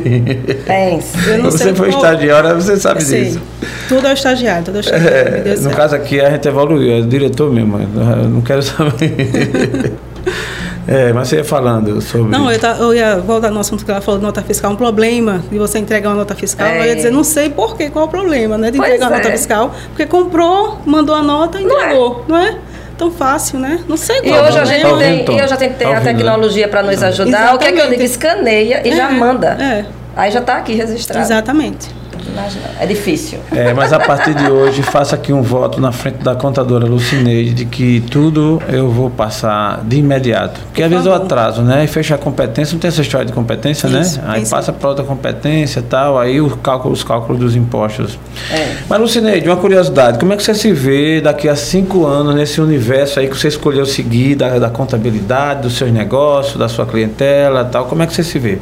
Speaker 1: Você foi estagiário, você sabe disso.
Speaker 3: Tudo é o estagiário, tudo é o estagiário.
Speaker 1: No caso aqui, a gente evoluiu, é o diretor mesmo. Eu não quero saber... mas você ia falando sobre...
Speaker 3: Não, eu ia voltar no assunto que ela falou de nota fiscal, um problema de você entregar uma nota fiscal. Eu ia dizer, não sei por quê, qual é o problema, né? De entregar uma nota fiscal. Porque comprou, mandou a nota e entregou, não é? Tão fácil, né? Não sei qual
Speaker 2: hoje a gente tem a tecnologia para nos ajudar. Exatamente. O que é que eu digo? Escaneia e já manda. Aí já está aqui registrado.
Speaker 3: Exatamente.
Speaker 2: É difícil.
Speaker 1: Mas a partir de hoje, faça aqui um voto na frente da contadora Lucineide de que tudo eu vou passar de imediato. Porque às vezes eu atraso, né? E fecha a competência, não tem essa história de competência, isso, né? Aí passa para outra competência e tal, aí os cálculos dos impostos. Mas Lucineide, uma curiosidade, como é que você se vê daqui a 5 anos nesse universo aí que você escolheu seguir, da contabilidade, dos seus negócios, da sua clientela e tal? Como é que você se vê?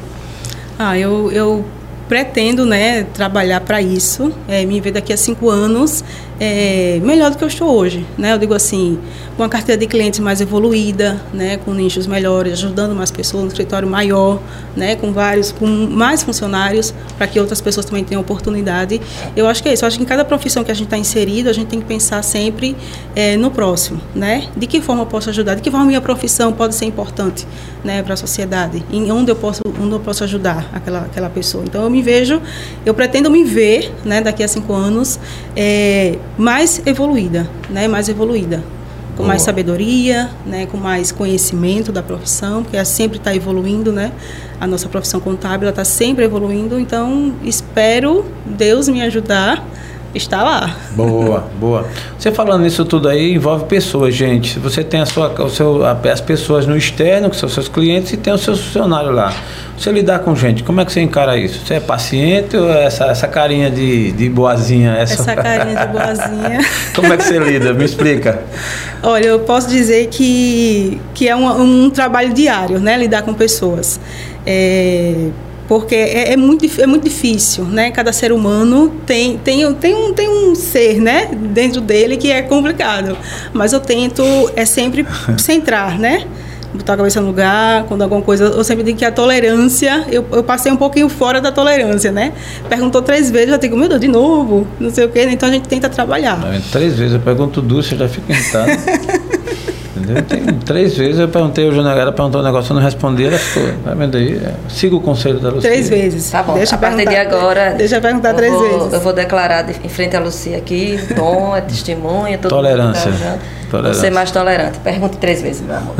Speaker 3: Eu pretendo, né, trabalhar para isso, me ver daqui a 5 anos melhor do que eu estou hoje, né? Eu digo assim, com uma carteira de clientes mais evoluída, né, com nichos melhores, ajudando mais pessoas, um escritório maior, né, com mais funcionários, para que outras pessoas também tenham oportunidade. Eu acho que é isso. Eu acho que em cada profissão que a gente está inserido, a gente tem que pensar sempre no próximo, né? De que forma eu posso ajudar? De que forma a minha profissão pode ser importante, né, para a sociedade? Em onde eu posso ajudar aquela pessoa? Então eu pretendo me ver, né, daqui a 5 anos mais evoluída, né, com mais sabedoria, né, com mais conhecimento da profissão, porque ela sempre está evoluindo, né? A nossa profissão contábil está sempre evoluindo, então espero Deus me ajudar, está lá.
Speaker 1: Boa. Você falando nisso tudo aí, envolve pessoas, gente. Você tem as pessoas no externo, que são seus clientes, e tem os seus funcionários lá. Você lidar com gente, como é que você encara isso? Você é paciente ou essa carinha de boazinha?
Speaker 3: Essa carinha de boazinha.
Speaker 1: Como é que você lida? Me explica.
Speaker 3: Olha, eu posso dizer que é um trabalho diário, né? Lidar com pessoas. Porque é muito difícil, né? Cada ser humano tem um ser, né? Dentro dele que é complicado. Mas eu tento sempre centrar, né? Botar a cabeça no lugar, quando alguma coisa... Eu sempre digo que a tolerância... Eu passei um pouquinho fora da tolerância, né? Perguntou 3 vezes, já digo, meu Deus, de novo, não sei o quê. Então, a gente tenta trabalhar.
Speaker 1: 3 vezes, eu pergunto 2, você já fica irritado. Entendeu? Tem 3 vezes, eu perguntei, ela perguntou um negócio, eu não respondi, ela ficou... Tá vendo aí? Siga o conselho da Lucia.
Speaker 3: 3 vezes.
Speaker 2: Tá bom, a partir de agora...
Speaker 3: Deixa eu perguntar 3 vezes.
Speaker 2: Eu vou declarar em frente à Lucia aqui, dom, é testemunha...
Speaker 1: Tolerância.
Speaker 2: Vou ser mais tolerante. Pergunte 3 vezes, meu amor.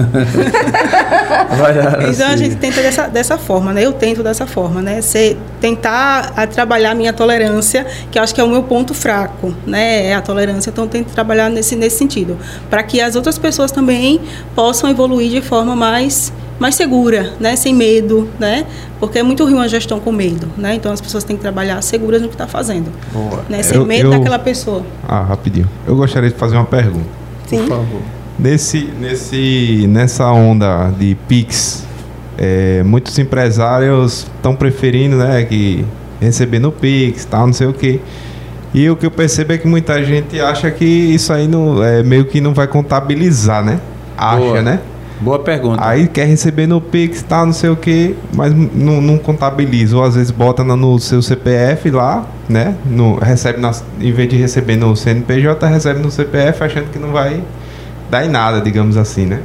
Speaker 3: Então, a gente tenta dessa forma, né? Eu tento dessa forma, né? Tentar trabalhar a minha tolerância, que eu acho que é o meu ponto fraco, né? É a tolerância, então eu tento trabalhar nesse sentido. Para que as outras pessoas também possam evoluir de forma mais segura, né? Sem medo, né? Porque é muito ruim uma gestão com medo, né? Então as pessoas têm que trabalhar seguras no que está fazendo.
Speaker 4: Boa.
Speaker 3: Né? Sem medo daquela pessoa.
Speaker 4: Rapidinho. Eu gostaria de fazer uma pergunta.
Speaker 3: Sim.
Speaker 1: Por favor.
Speaker 4: Nessa onda de Pix, muitos empresários estão preferindo, né, que receber no Pix, tal, não sei o quê. E o que eu percebo é que muita gente acha que isso aí meio que não vai contabilizar, né? Acha, né?
Speaker 1: Boa pergunta.
Speaker 4: Aí quer receber no Pix, tal, não sei o quê, mas não contabiliza. Ou às vezes bota no seu CPF lá, né? Recebe em vez de receber no CNPJ, recebe no CPF achando que não vai dar em nada, digamos assim, né?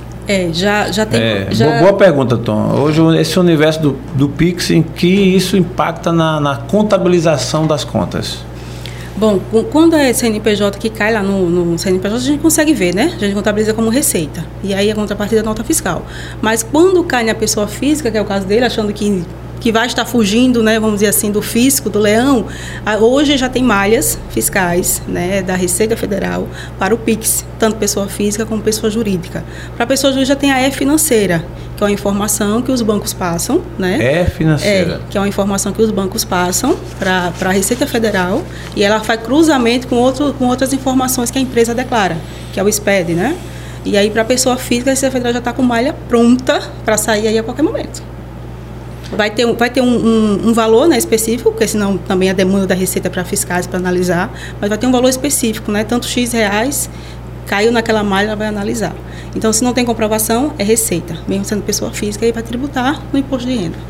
Speaker 3: Já tem...
Speaker 1: Boa pergunta, Tom. Hoje, esse universo do Pix, em que isso impacta na contabilização das contas?
Speaker 3: Bom, quando é CNPJ que cai lá no CNPJ, a gente consegue ver, né? A gente contabiliza como receita. E aí a contrapartida é nota fiscal. Mas quando cai na pessoa física, que é o caso dele, achando que vai estar fugindo, né, vamos dizer assim, do fisco, do leão, hoje já tem malhas fiscais, né, da Receita Federal para o Pix, tanto pessoa física como pessoa jurídica. Para a pessoa jurídica já tem a E-Financeira, que é uma informação que os bancos passam, né?
Speaker 1: E-Financeira.
Speaker 3: Que é uma informação que os bancos passam para a Receita Federal e ela faz cruzamento com outras informações que a empresa declara, que é o SPED, né? E aí, para a pessoa física, a Receita Federal já está com malha pronta para sair aí a qualquer momento. Vai ter um valor, né, específico, porque senão também a demanda da Receita para fiscais para analisar, mas vai ter um valor específico, né? Tanto X reais, caiu naquela malha, ela vai analisar. Então, se não tem comprovação, é Receita. Mesmo sendo pessoa física, aí vai tributar no imposto de renda.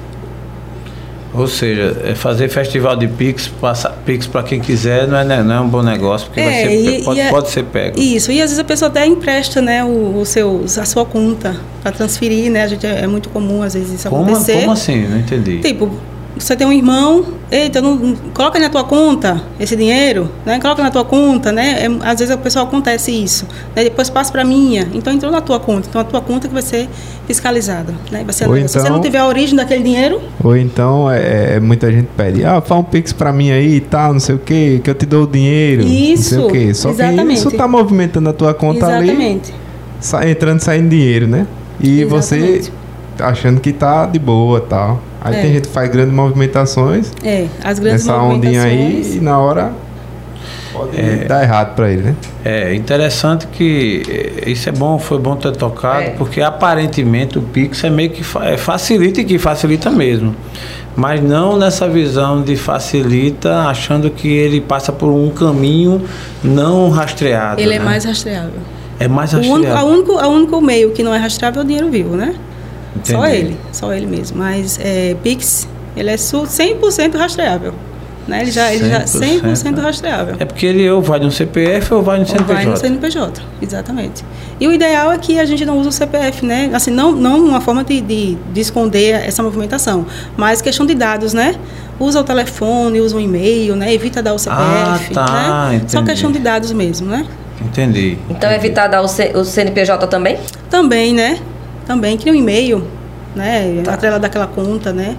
Speaker 1: Ou seja, fazer festival de Pix, passar Pix para quem quiser, não é um bom negócio, porque pode ser pego.
Speaker 3: Isso, e às vezes a pessoa até empresta, né, a sua conta para transferir, né? É muito comum às vezes isso acontecer.
Speaker 1: Como assim? Não entendi.
Speaker 3: Tipo, você tem um irmão, eita, coloca na tua conta esse dinheiro, né? Coloca na tua conta, né? Às vezes o pessoal acontece isso, né? Depois passa para a minha, então entrou na tua conta, então a tua conta que vai ser fiscalizada, né? Se você não tiver a origem daquele dinheiro...
Speaker 4: Ou então, muita gente pede, faz um Pix para mim aí e tal, não sei o que eu te dou o dinheiro,
Speaker 3: isso,
Speaker 4: não sei o quê. Só exatamente. Que isso tá movimentando a tua conta exatamente. Ali, entrando e saindo dinheiro, né? E exatamente. Você achando que tá de boa e tal. Aí tem gente que faz grandes movimentações.
Speaker 3: As grandes
Speaker 4: nessa ondinha aí, e na hora pode dar errado para ele, né?
Speaker 1: É interessante que isso foi bom ter tocado, porque aparentemente o Pix é meio que facilita mesmo. Mas não nessa visão de facilita, achando que ele passa por um caminho não rastreado.
Speaker 3: Ele é mais rastreável.
Speaker 1: É mais rastreável.
Speaker 3: O único meio que não é rastreável é o dinheiro vivo, né?
Speaker 1: Entendi.
Speaker 3: Só ele mesmo. Mas Pix, ele é 100% rastreável. Né? Ele já 100% rastreável.
Speaker 1: É porque ele ou vai no CPF ou vai no CNPJ.
Speaker 3: Ou vai no CNPJ, exatamente. E o ideal é que a gente não use o CPF, né? Assim, não uma forma de esconder essa movimentação, mas questão de dados, né? Usa o telefone, usa o e-mail, né? Evita dar o CPF, né?
Speaker 1: Entendi.
Speaker 3: Só questão de dados mesmo, né?
Speaker 1: Entendi.
Speaker 2: Então, evitar dar o CNPJ também?
Speaker 3: Também, né? Também, cria um e-mail, né? Atrela daquela conta, né?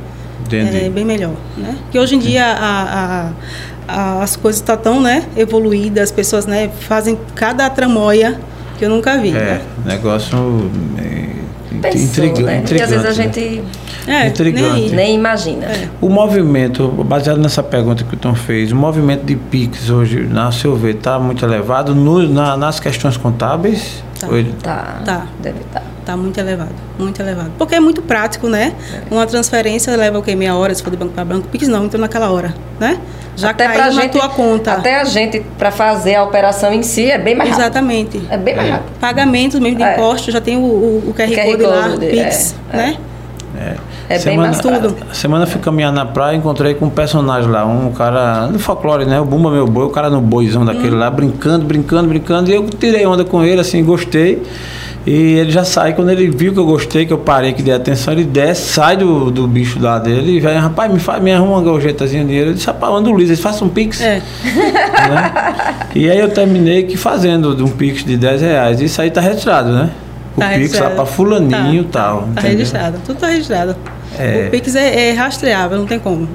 Speaker 1: Entendi.
Speaker 3: É bem melhor, né? Porque hoje em dia as coisas estão tão, né, evoluídas, as pessoas, né, fazem cada tramóia que eu nunca vi. Né?
Speaker 1: Negócio
Speaker 2: Intrigante, né? Porque às vezes a gente nem imagina.
Speaker 1: O movimento, baseado nessa pergunta que o Tom fez, o movimento de Pix hoje, na seu ver, está muito elevado nas questões contábeis?
Speaker 2: Tá. Deve estar.
Speaker 3: Tá muito elevado, muito elevado. Porque é muito prático, né? Uma transferência leva o quê? Meia hora, se for de banco para banco. Pix não, então naquela hora, né? Já
Speaker 2: até
Speaker 3: caiu na tua conta.
Speaker 2: Até a gente, para fazer a operação em si, é bem mais rápido.
Speaker 3: Exatamente.
Speaker 2: É bem mais rápido.
Speaker 3: Pagamentos mesmo de impostos, já tem o QR Code lá, Pix, né?
Speaker 2: É bem mais tudo.
Speaker 1: Semana fui caminhar na praia e encontrei com um personagem lá, um cara do folclore, né? O Bumba Meu Boi, o cara no boizão daquele lá, brincando. E eu tirei onda com ele, assim, gostei. E ele já sai, quando ele viu que eu gostei, que eu parei, que dei atenção, ele desce, sai do bicho lá dele e vai, rapaz, me arruma uma gorjetazinha de dinheiro. Eu disse, rapaz, anda o Luiz, faça um Pix. Né? E aí eu terminei fazendo um Pix de R$10. Isso aí tá registrado, né? O Pix
Speaker 3: registrado.
Speaker 1: lá pra fulaninho e tal.
Speaker 3: Tá registrado, tudo tá registrado. O Pix é rastreável, não tem como.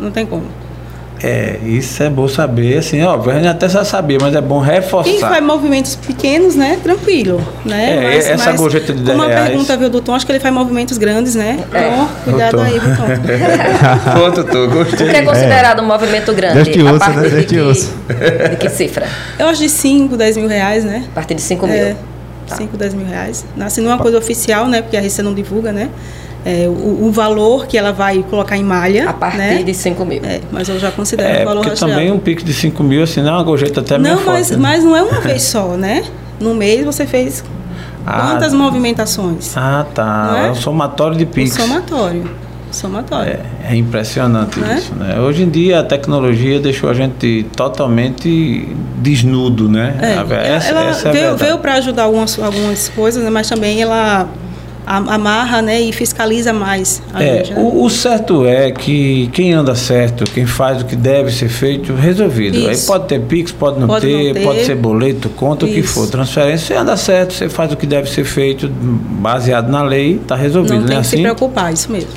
Speaker 1: Isso é bom saber, assim, óbvio, a gente até já sabia, mas é bom reforçar.
Speaker 3: Quem faz movimentos pequenos, né, tranquilo, né?
Speaker 1: Essa gorjeta de R$10.
Speaker 3: Uma pergunta, viu, do Tom, acho que ele faz movimentos grandes, né? Então, cuidado aí, viu, Tom?
Speaker 1: Pronto, Tom, gostei.
Speaker 2: O que é considerado um movimento grande?
Speaker 4: Deste osso, né? Deste osso.
Speaker 2: De que cifra?
Speaker 3: Eu acho de 5, 10 mil reais, né?
Speaker 2: A partir de 5 mil.
Speaker 3: 5, 10 mil reais. Assim, não é uma coisa oficial, né? Porque a Receita não divulga, né? O valor que ela vai colocar em malha.
Speaker 2: A partir de 5 mil.
Speaker 3: Mas eu já considero o valor
Speaker 1: porque
Speaker 3: rastreável.
Speaker 1: também um Pix de 5 mil, assim, não é uma gorjeta até meio forte.
Speaker 3: Mas não é uma vez só, né? No mês você fez quantas movimentações?
Speaker 1: Tá. É um somatório de Pix.
Speaker 3: Somatório.
Speaker 1: É impressionante isso, né? Hoje em dia a tecnologia deixou a gente totalmente desnudo, né?
Speaker 3: Ela veio para ajudar algumas coisas, né? Mas também ela amarra, né, e fiscaliza mais a gente, né?
Speaker 1: O certo é que quem anda certo, quem faz o que deve ser feito, resolvido. Isso. Aí pode ter Pix, pode não ter, pode ser boleto, conta, o que for. Transferência, você anda certo, você faz o que deve ser feito, baseado na lei, está resolvido.
Speaker 3: Não tem que
Speaker 1: assim?
Speaker 3: se preocupar, isso mesmo.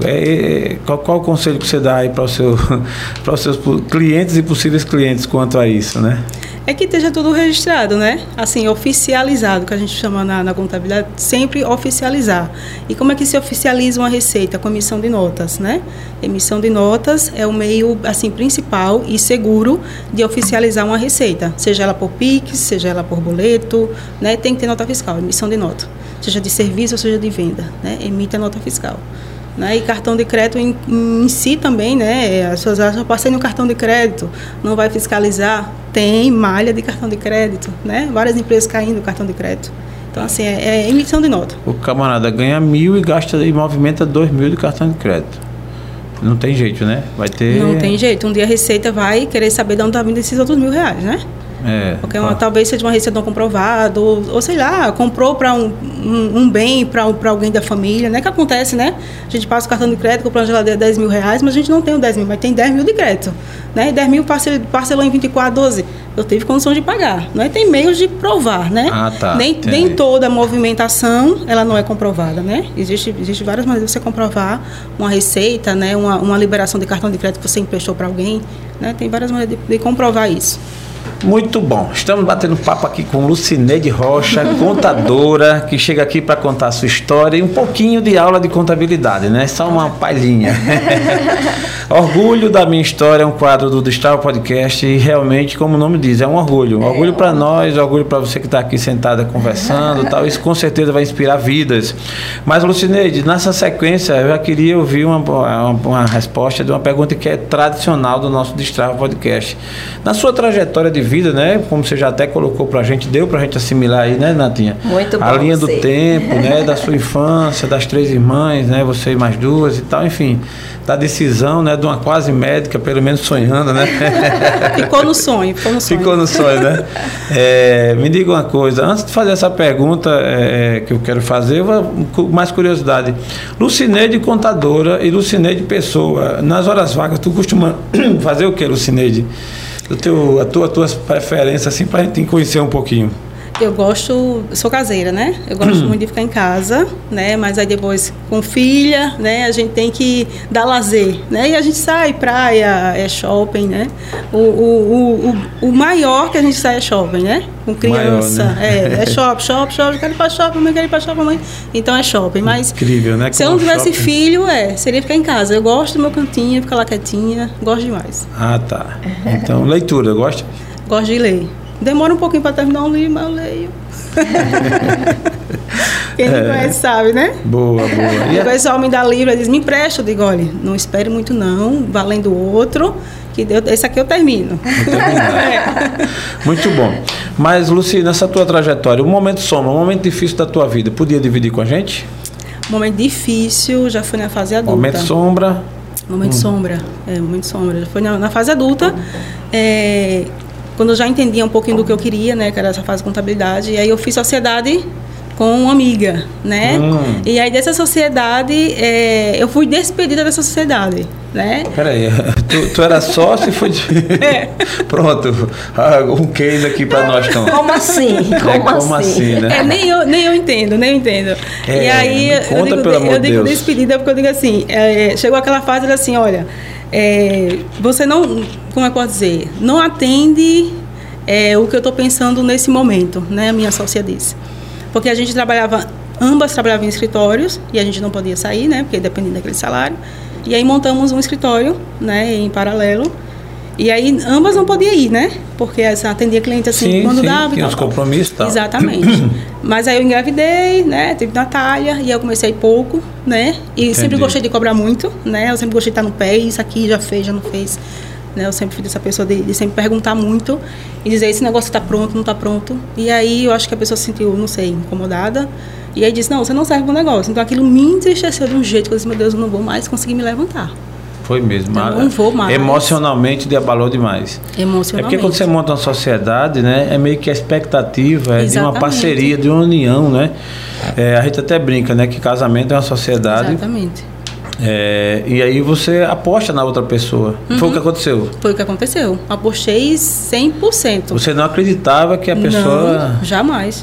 Speaker 1: Qual o conselho que você dá aí para os seus clientes e possíveis clientes quanto a isso, né?
Speaker 3: É que esteja tudo registrado, né? Assim, oficializado, que a gente chama na contabilidade, sempre oficializar. E como é que se oficializa uma receita? Com emissão de notas, né? Emissão de notas é o meio, assim, principal e seguro de oficializar uma receita. Seja ela por Pix, seja ela por boleto, né? Tem que ter nota fiscal, emissão de nota. Seja de serviço ou seja de venda, né? Emite a nota fiscal. Né? E cartão de crédito em si também, né? As pessoas acham, eu passei no cartão de crédito, não vai fiscalizar. Tem malha de cartão de crédito, né? Várias empresas caindo no cartão de crédito. Então, assim, é emissão de nota.
Speaker 1: O camarada ganha 1.000 e gasta e movimenta 2.000 de cartão de crédito. Não tem jeito, né? Vai ter...
Speaker 3: Não tem jeito. Um dia a Receita vai querer saber de onde está vindo esses outros R$1.000, né? Porque talvez seja uma receita não comprovada, ou sei lá, comprou para um bem para alguém da família, né? Que acontece, né? A gente passa o cartão de crédito, comprou uma geladeira de R$10.000, mas a gente não tem o 10 mil, mas tem 10 mil de crédito, né? E 10 mil parcelou em 24, 12. Eu tive condição de pagar, né? Tem meios de provar, né? Nem toda movimentação ela não é comprovada, né? Existe várias maneiras de você comprovar uma receita, né? Uma liberação de cartão de crédito que você emprestou para alguém, né? Tem várias maneiras de comprovar isso.
Speaker 1: Muito bom. Estamos batendo papo aqui com Lucineide Rocha, contadora, que chega aqui para contar a sua história e um pouquinho de aula de contabilidade, né? Só uma palhinha. Orgulho da Minha História é um quadro do Destrava Podcast e realmente, como o nome diz, é um orgulho. Um orgulho para nós, orgulho para você que está aqui sentada conversando e tal. Isso com certeza vai inspirar vidas. Mas, Lucineide, nessa sequência, eu já queria ouvir uma resposta de uma pergunta que é tradicional do nosso Destrava Podcast. Na sua trajetória de vida, né? Como você já até colocou pra gente, deu pra gente assimilar aí, né, Natinha?
Speaker 2: Muito bom.
Speaker 1: A linha do tempo, né? Da sua infância, das 3 irmãs, né? Você e mais 2 e tal, enfim. Da decisão, né? De uma quase médica, pelo menos sonhando, né?
Speaker 3: Ficou no sonho.
Speaker 1: Ficou no sonho, né? Me diga uma coisa, antes de fazer essa pergunta que eu quero fazer, mais curiosidade. Lucineide contadora e Lucineide pessoa, nas horas vagas, tu costuma fazer o que, Lucineide? A tua preferência, assim, para a gente conhecer um pouquinho.
Speaker 3: Eu sou caseira, né? Eu gosto muito de ficar em casa, né? Mas aí depois, com filha, né? A gente tem que dar lazer, né? E a gente sai, praia, shopping, né? O maior que a gente sai é shopping, né? Com criança. Maior, né? É shopping, quero ir pra shopping, mãe, quero ir pra shopping, mãe. Então é shopping, mas...
Speaker 1: Incrível, né?
Speaker 3: Se eu não tivesse filho, seria ficar em casa. Eu gosto do meu cantinho, ficar lá quietinha, gosto demais.
Speaker 1: Ah, tá. Então, leitura, gosta?
Speaker 3: Gosto de ler. Demora um pouquinho para terminar um livro, mas eu leio. Quem me conhece sabe, né?
Speaker 1: Boa.
Speaker 3: O pessoal me dá livro, diz, me empresta. Eu digo, olha, não espere muito não, valendo outro, que esse aqui eu termino.
Speaker 1: Muito bom. Mas, Lucy, nessa tua trajetória, um momento difícil da tua vida, podia dividir com a gente?
Speaker 3: Momento difícil, já foi na fase adulta.
Speaker 1: Momento sombra.
Speaker 3: Momento sombra. Já foi na fase adulta. Quando eu já entendia um pouquinho do que eu queria, né, que era essa fase de contabilidade, e aí eu fiz sociedade com uma amiga, né? E aí dessa sociedade, eu fui despedida dessa sociedade, né?
Speaker 1: Peraí, tu era sócio e foi... Pronto, um case aqui para nós, então.
Speaker 2: Como assim?
Speaker 1: Como assim, né?
Speaker 3: Nem eu entendo. E aí, eu digo despedida porque eu digo assim, chegou aquela fase assim, olha... você não, como é que eu posso dizer, não atende o que eu estou pensando nesse momento, né? A minha sócia disse. Porque a gente ambas trabalhavam em escritórios e a gente não podia sair, né? Porque dependia daquele salário. E aí montamos um escritório, né? Em paralelo. E aí ambas não podiam ir, né? Porque atendia cliente assim, quando dava.
Speaker 1: Tinha os compromissos e tal.
Speaker 3: Exatamente. Mas aí eu engravidei, né? Tive Natália e aí eu comecei pouco, né? E sempre gostei de cobrar muito, né? Eu sempre gostei de estar no pé, isso aqui já fez, já não fez. Né? Eu sempre fui dessa pessoa de sempre perguntar muito e dizer, esse negócio está pronto, não está pronto. E aí eu acho que a pessoa se sentiu, não sei, incomodada. E aí disse, não, você não serve para o negócio. Então aquilo me entristeceu de um jeito que eu disse, meu Deus, eu não vou mais conseguir me levantar.
Speaker 1: Foi mesmo.
Speaker 3: Eu não vou mais.
Speaker 1: Emocionalmente te abalou demais.
Speaker 3: Emocionalmente.
Speaker 1: É porque quando você monta uma sociedade, né, é meio que a expectativa de uma parceria, de uma união, né? A gente até brinca, né, que casamento é uma sociedade.
Speaker 3: Exatamente.
Speaker 1: E aí você aposta na outra pessoa. Foi o que aconteceu?
Speaker 3: Foi o que aconteceu. Apostei 100%.
Speaker 1: Você não acreditava que a pessoa...
Speaker 3: Não, jamais.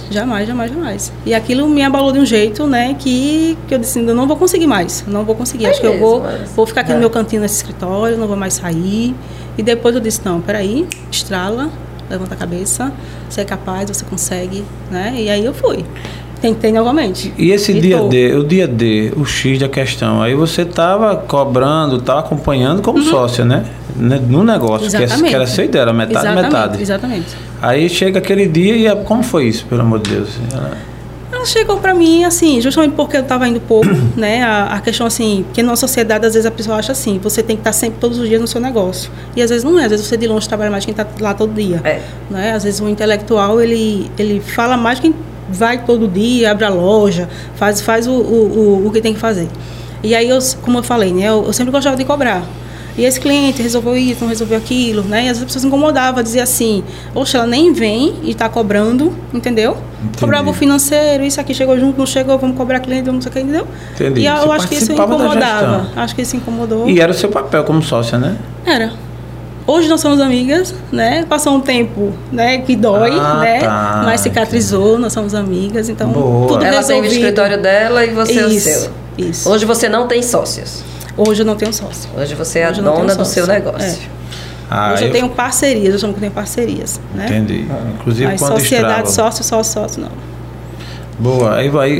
Speaker 3: E aquilo me abalou de um jeito, né, que eu disse, eu não vou conseguir mais. Não vou conseguir. Acho que eu vou ficar aqui no meu cantinho nesse escritório, não vou mais sair. E depois eu disse, não, peraí, estrala, levanta a cabeça, você é capaz, você consegue, né? E aí eu fui. Tentei novamente.
Speaker 1: E esse o dia D, o X da questão, aí você estava cobrando, estava acompanhando como sócia, né? No negócio, que era sua ideia, era metade.
Speaker 3: Exatamente.
Speaker 1: Aí chega aquele dia e como foi isso, pelo amor de Deus?
Speaker 3: Ela chegou para mim, assim, justamente porque eu estava indo pouco, né? A questão, assim, porque na sociedade, às vezes, a pessoa acha assim, você tem que estar sempre, todos os dias no seu negócio. E às vezes não é, às vezes você de longe trabalha mais que quem está lá todo dia. Né? Às vezes o intelectual, ele fala mais que quem vai todo dia, abre a loja, faz o que tem que fazer. E aí, como eu falei, né, eu sempre gostava de cobrar. E esse cliente resolveu isso, não resolveu aquilo, né? E às vezes as pessoas se incomodavam, diziam assim, poxa, ela nem vem e está cobrando, entendeu? Entendi. Cobrava o financeiro, isso aqui chegou junto, não chegou, vamos cobrar cliente, vamos não sei o que, entendeu?
Speaker 1: Entendi.
Speaker 3: E eu acho que isso incomodava. Acho que isso incomodou.
Speaker 1: E era o seu papel como sócia, né?
Speaker 3: Era. Hoje nós somos amigas, né? Passou um tempo, né, que dói, né? Tá. Mas cicatrizou, nós somos amigas, então tudo
Speaker 2: ela
Speaker 3: resolvido.
Speaker 2: Tem o escritório dela e você é o seu.
Speaker 3: Isso.
Speaker 2: Hoje você não tem sócios.
Speaker 3: Hoje eu não tenho sócio.
Speaker 2: Hoje você é a dona do seu negócio.
Speaker 3: Hoje eu tenho parcerias, eu chamo que tenho parcerias, né?
Speaker 1: Entendi. Inclusive
Speaker 3: mas
Speaker 1: quando
Speaker 3: sociedade, sócio, não.
Speaker 1: Boa,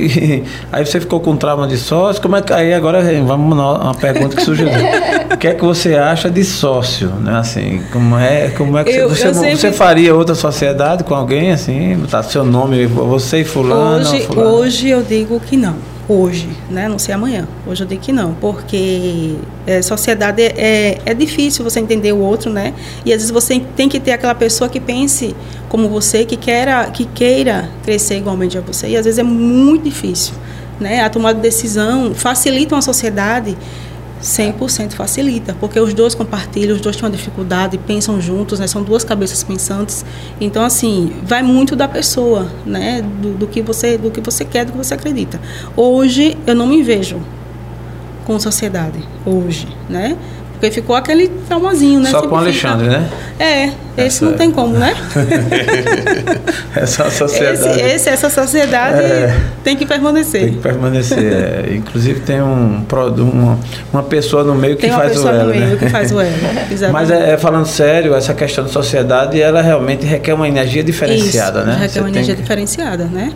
Speaker 1: aí você ficou com trauma de sócio, como é que aí agora vamos uma pergunta que surgiu. O que é que você acha de sócio, né? Assim, como é que você faria outra sociedade com alguém assim, botar seu nome, você e fulano?
Speaker 3: Hoje eu digo que não. Hoje, né? Não sei amanhã. Hoje eu digo que não, porque sociedade é difícil você entender o outro, né? E às vezes você tem que ter aquela pessoa que pense como você, que queira crescer igualmente a você. E às vezes é muito difícil, né? A tomada de decisão facilita uma sociedade, 100% facilita, porque os dois compartilham, os dois têm uma dificuldade, pensam juntos, né? São duas cabeças pensantes. Então, assim, vai muito da pessoa, né? Do que você quer, do que você acredita. Hoje, eu não me vejo com sociedade, hoje, né? Porque Porque ficou aquele traumazinho, né?
Speaker 1: Só
Speaker 3: Sempre
Speaker 1: com o Alexandre,
Speaker 3: fica...
Speaker 1: né?
Speaker 3: Esse não tem como, né?
Speaker 1: Essa sociedade.
Speaker 3: Essa sociedade tem que permanecer.
Speaker 1: Tem que permanecer. Inclusive tem uma pessoa no meio que faz o ela. Tem uma pessoa no meio
Speaker 3: que faz o ela.
Speaker 1: Mas falando sério, essa questão de sociedade, ela realmente requer uma energia diferenciada,
Speaker 3: isso,
Speaker 1: né?
Speaker 3: Requer uma energia diferenciada, né?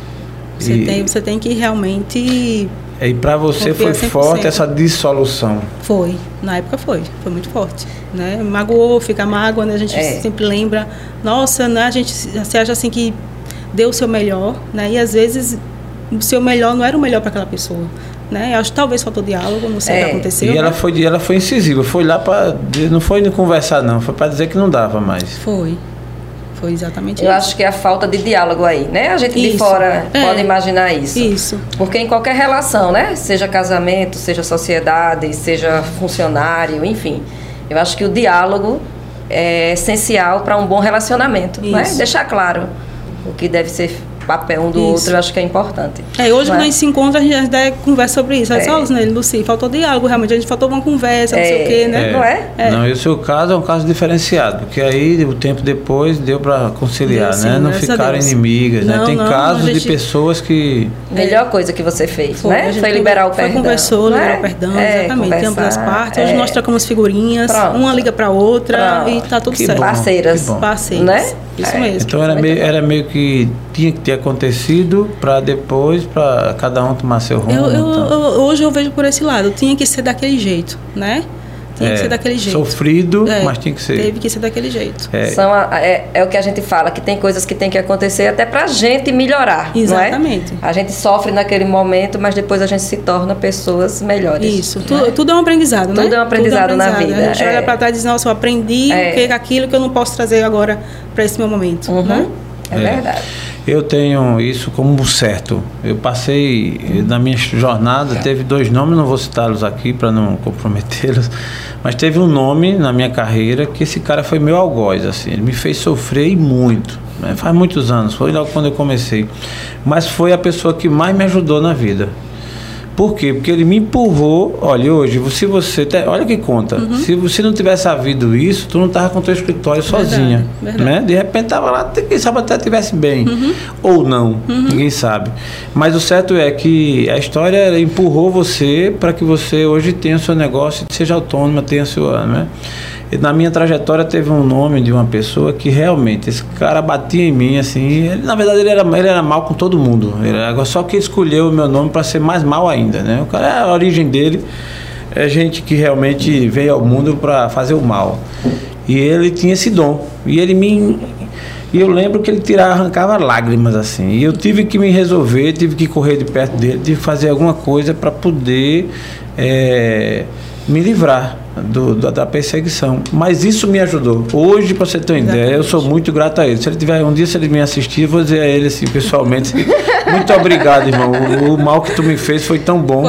Speaker 3: Você tem que realmente...
Speaker 1: E para você foi 100%. Forte essa dissolução?
Speaker 3: Foi, na época foi muito forte, né? Magoou, fica mágoa, né? A gente sempre lembra, nossa, né? A gente se acha assim que deu o seu melhor, né? E às vezes o seu melhor não era o melhor para aquela pessoa, né? Eu acho que talvez faltou diálogo, não sei o que aconteceu.
Speaker 1: E ela foi incisiva, foi lá para, não foi conversar não, foi para dizer que não dava mais.
Speaker 3: Foi exatamente
Speaker 2: isso. Eu acho que é a falta de diálogo aí, né? A gente de fora pode imaginar isso.
Speaker 3: Isso.
Speaker 2: Porque em qualquer relação, né? Seja casamento, seja sociedade, seja funcionário, enfim. Eu acho que o diálogo é essencial para um bom relacionamento, né? Deixar claro o que deve ser papel um do outro, eu acho que é importante.
Speaker 3: Hoje quando a gente se encontra, a gente até conversa sobre isso. Luci, faltou diálogo, realmente, a gente faltou uma conversa, não sei o quê, né?
Speaker 2: Não é?
Speaker 1: Não, e o seu caso é um caso diferenciado, porque aí o tempo depois deu para conciliar, né? Não ficaram inimigas, né? Tem casos de pessoas que...
Speaker 2: Melhor coisa que você fez, né? Foi liberar o perdão.
Speaker 3: Conversou, liberar o perdão, exatamente, de ambas as partes. Hoje nós trocamos figurinhas, uma liga para outra e tá tudo certo.
Speaker 2: Parceiras,
Speaker 3: né? Isso mesmo.
Speaker 1: Então era meio que tinha que ter acontecido para depois, para cada um tomar seu rumo.
Speaker 3: Hoje eu vejo por esse lado, tinha que ser daquele jeito, né? Tinha que ser daquele jeito.
Speaker 1: Sofrido, mas tinha que ser.
Speaker 3: Teve que ser daquele jeito.
Speaker 2: É o que a gente fala, que tem coisas que tem que acontecer até pra gente melhorar.
Speaker 3: Exatamente.
Speaker 2: Não é? A gente sofre naquele momento, mas depois a gente se torna pessoas melhores.
Speaker 3: Isso. Tudo é um aprendizado, né?
Speaker 2: Tudo é um aprendizado na vida.
Speaker 3: A gente olha pra trás e diz, nossa, eu aprendi aquilo que eu não posso trazer agora pra esse meu momento. Né?
Speaker 2: É verdade.
Speaker 1: Eu tenho isso como certo. Eu passei, na minha jornada, teve 2 nomes, não vou citá-los aqui para não comprometê-los, mas teve um nome na minha carreira que esse cara foi meu algoz, assim, ele me fez sofrer e muito, né? Faz muitos anos, foi logo quando eu comecei, mas foi a pessoa que mais me ajudou na vida. Por quê? Porque ele me empurrou. Olha, hoje, se você... Olha que conta. Se você não tivesse havido isso, tu não estava com o teu escritório sozinha. Né? De repente estava lá, quem sabe até estivesse bem. Ou não, ninguém sabe. Mas o certo é que a história empurrou você para que você hoje tenha o seu negócio, seja autônoma, tenha o seu... Né? E na minha trajetória teve um nome de uma pessoa que realmente, esse cara batia em mim, assim, na verdade ele era mal com todo mundo, só que ele escolheu o meu nome para ser mais mal ainda, né? O cara, a origem dele é gente que realmente veio ao mundo para fazer o mal, e ele tinha esse dom, e eu lembro que ele arrancava lágrimas, assim, e eu tive que me resolver, tive que correr de perto dele, tive que fazer alguma coisa para poder me livrar da perseguição, mas isso me ajudou. Hoje, para você ter uma ideia, eu sou muito grato a ele. Se ele tiver um dia, se ele me assistir, eu vou dizer a ele assim, pessoalmente, muito obrigado, irmão. O mal que tu me fez foi tão bom.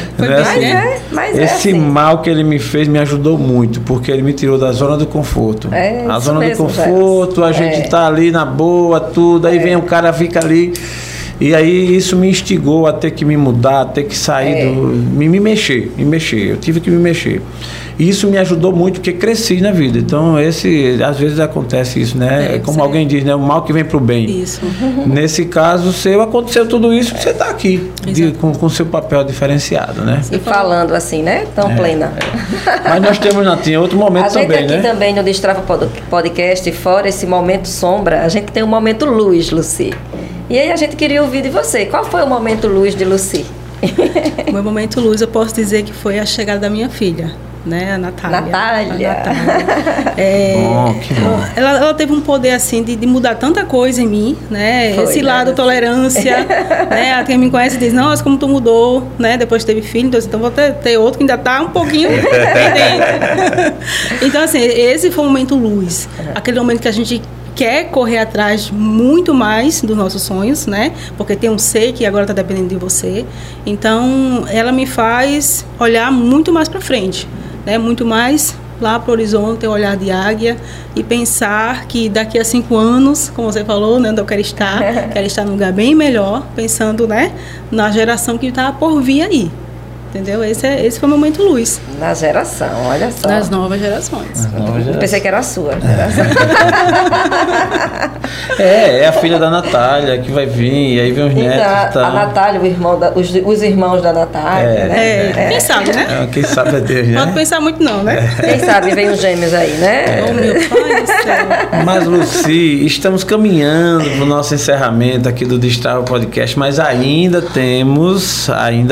Speaker 1: Esse mal que ele me fez me ajudou muito, porque ele me tirou da zona do conforto. A zona do conforto, a gente tá ali na boa, tudo, aí vem um cara, fica ali. E aí isso me instigou a ter que me mudar, a ter que sair me mexer. Eu tive que me mexer. E isso me ajudou muito, porque cresci na vida. Então, às vezes acontece isso, né? Como alguém diz, né? O mal que vem pro bem.
Speaker 3: Isso.
Speaker 1: Nesse caso seu, aconteceu tudo isso que você está aqui, com seu papel diferenciado, né?
Speaker 2: E falando assim, né? Tão plena.
Speaker 1: Mas nós temos, Natinha, outro momento também, né?
Speaker 2: A gente aqui também no Destrava Podcast, fora esse momento sombra, a gente tem um momento luz, Luci. E aí a gente queria ouvir de você. Qual foi o momento luz de Luci?
Speaker 3: O meu momento luz, eu posso dizer que foi a chegada da minha filha, né? A Natália.
Speaker 1: Que bom.
Speaker 3: Ela teve um poder, assim, de mudar tanta coisa em mim, né? Esse lado, tolerância, né? Quem me conhece diz, nossa, como tu mudou, né? Depois teve filho, então vou ter outro que ainda tá um pouquinho dentro. Então, assim, esse foi o momento luz. Aquele momento que a gente quer correr atrás muito mais dos nossos sonhos, né? Porque tem um ser que agora está dependendo de você. Então, ela me faz olhar muito mais para frente, né? Muito mais lá para o horizonte, o olhar de águia e pensar que daqui a 5 anos, como você falou, né? Onde eu quero estar num lugar bem melhor, pensando, né? Na geração que está por vir aí. Entendeu? Esse foi o momento luz.
Speaker 2: Na geração, olha só.
Speaker 3: Das novas gerações.
Speaker 2: Pensei que era a sua.
Speaker 1: É a filha da Natália que vai vir, e aí vem os netos.
Speaker 2: A Natália, os irmãos da Natália, né?
Speaker 3: Quem sabe, né?
Speaker 1: Quem sabe é Deus, né?
Speaker 3: Pode pensar muito não, né?
Speaker 2: Quem sabe vem os gêmeos aí, né?
Speaker 3: Oh, meu pai do céu.
Speaker 1: Mas, Lucy, estamos caminhando para o nosso encerramento aqui do Destrava Podcast, mas ainda temos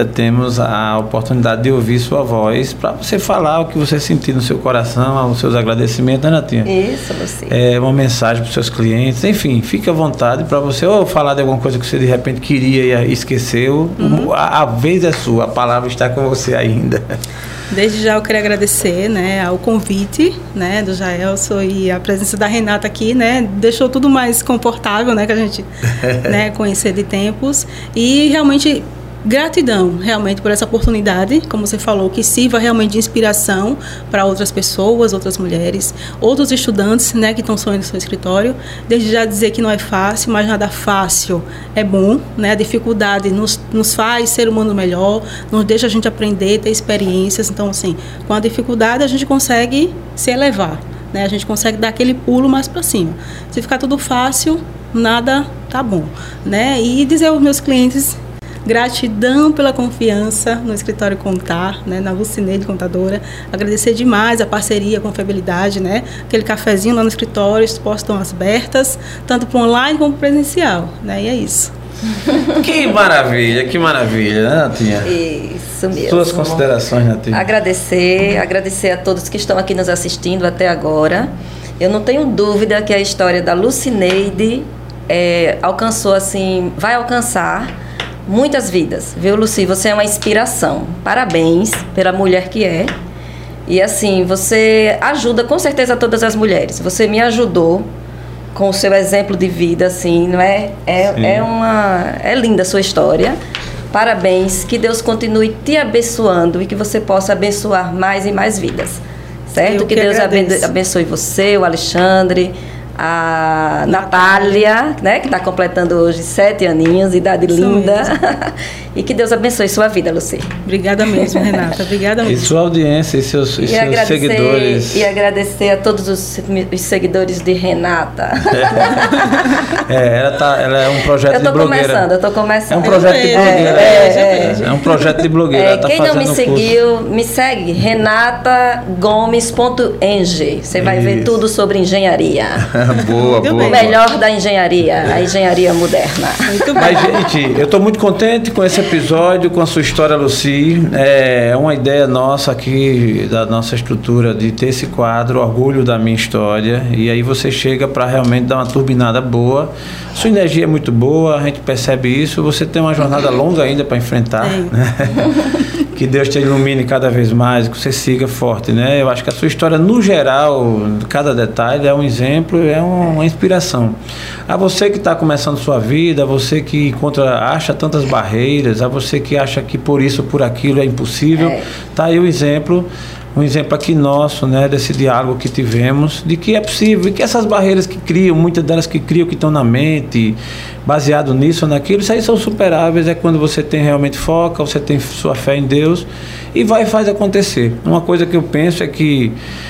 Speaker 1: a oportunidade de ouvir sua voz para você falar o que você sentir no seu coração, os seus agradecimentos, né, Natinha?
Speaker 2: Isso, Lucy.
Speaker 1: Uma mensagem para os seus clientes, enfim, fique à vontade para você ou falar de alguma coisa que você de repente queria e esqueceu. A vez é sua, a palavra está com você ainda.
Speaker 3: Desde já eu queria agradecer, né, ao convite, né, do Jaelson e a presença da Renata aqui, né, deixou tudo mais confortável, né, que a gente, né, conhecer de tempos, e realmente gratidão, realmente, por essa oportunidade, como você falou, que sirva realmente de inspiração para outras pessoas, outras mulheres, outros estudantes, né, que estão sonhando no seu escritório. Desde já dizer que não é fácil, mas nada fácil é bom, né? A dificuldade nos faz ser humano melhor, nos deixa a gente aprender, ter experiências. Então, assim, com a dificuldade a gente consegue se elevar, né? A gente consegue dar aquele pulo mais para cima. Se ficar tudo fácil, nada tá bom, né? E dizer aos meus clientes: gratidão pela confiança no Escritório Contar, né, na Lucineide Contadora. Agradecer demais a parceria com a Fiabilidade, né? Aquele cafezinho lá no escritório, as portas estão abertas, tanto para online como presencial, né? E é isso.
Speaker 1: Que maravilha, né, Natinha?
Speaker 2: Isso mesmo.
Speaker 1: Suas considerações, Natinha?
Speaker 2: Agradecer a todos que estão aqui nos assistindo até agora. Eu não tenho dúvida que a história da Lucineide alcançou, assim, vai alcançar muitas vidas, viu, Lucy? Você é uma inspiração. Parabéns pela mulher que é. E, assim, você ajuda com certeza todas as mulheres. Você me ajudou com o seu exemplo de vida, assim, não é? É linda a sua história. Parabéns. Que Deus continue te abençoando e que você possa abençoar mais e mais vidas. Certo? Que Deus abençoe você, o Alexandre, a Natália, né, que está completando hoje 7 aninhos, idade linda. E que Deus abençoe sua vida, Lucy.
Speaker 3: Obrigada mesmo, Renata. Obrigada mesmo.
Speaker 1: E sua audiência e seus seguidores.
Speaker 2: E agradecer a todos os seguidores de Renata.
Speaker 1: Ela é um projeto de blogueira.
Speaker 2: Eu tô começando.
Speaker 1: É um projeto de blogueira. É um projeto de blogueira.
Speaker 2: Quem não me seguiu, me segue. renatagomes.eng. Você vai ver tudo sobre engenharia.
Speaker 1: Boa.
Speaker 2: O melhor da engenharia, a engenharia moderna.
Speaker 3: Muito bem.
Speaker 1: Mas, gente, eu estou muito contente com esse episódio, com a sua história, Lucy. É uma ideia nossa aqui, da nossa estrutura, de ter esse quadro, Orgulho da Minha História. E aí você chega para realmente dar uma turbinada boa. Sua energia é muito boa, a gente percebe isso. Você tem uma jornada longa ainda para enfrentar. Né? Que Deus te ilumine cada vez mais, que você siga forte, né? Eu acho que a sua história, no geral, cada detalhe é um exemplo, é uma inspiração. A você que está começando sua vida, a você que acha tantas barreiras, a você que acha que por isso ou por aquilo é impossível, tá aí o exemplo. Um exemplo aqui nosso, né, desse diálogo que tivemos, de que é possível, e que essas barreiras que criam, muitas delas que criam, que estão na mente, baseado nisso ou naquilo, isso aí são superáveis, é quando você tem realmente foco, você tem sua fé em Deus, e vai e faz acontecer. Uma coisa que eu penso é que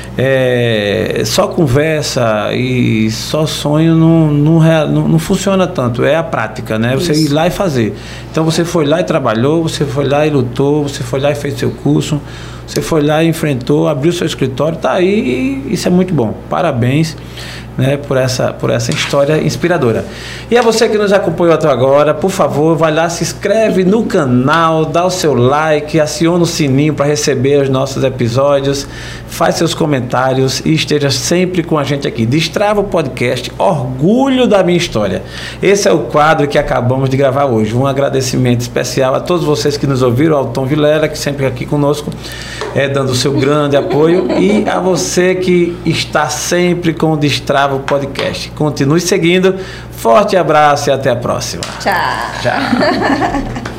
Speaker 1: só conversa e só sonho não funciona tanto, é a prática, né? Você ir lá e fazer. Então você foi lá e trabalhou, você foi lá e lutou, você foi lá e fez seu curso, você foi lá e enfrentou, abriu seu escritório, tá aí, e isso é muito bom. Parabéns, né, por essa história inspiradora. E a você que nos acompanhou até agora, por favor, vai lá, se inscreve no canal, dá o seu like, aciona o sininho para receber os nossos episódios, faz seus comentários e esteja sempre com a gente aqui. Destrava o podcast Orgulho da Minha História. Esse é o quadro que acabamos de gravar hoje. Um agradecimento especial a todos vocês que nos ouviram, ao Tom Vilela, que sempre aqui conosco, dando o seu grande apoio, e a você que está sempre com o Destrava o Podcast. Continue seguindo. Forte abraço e até a próxima.
Speaker 2: Tchau.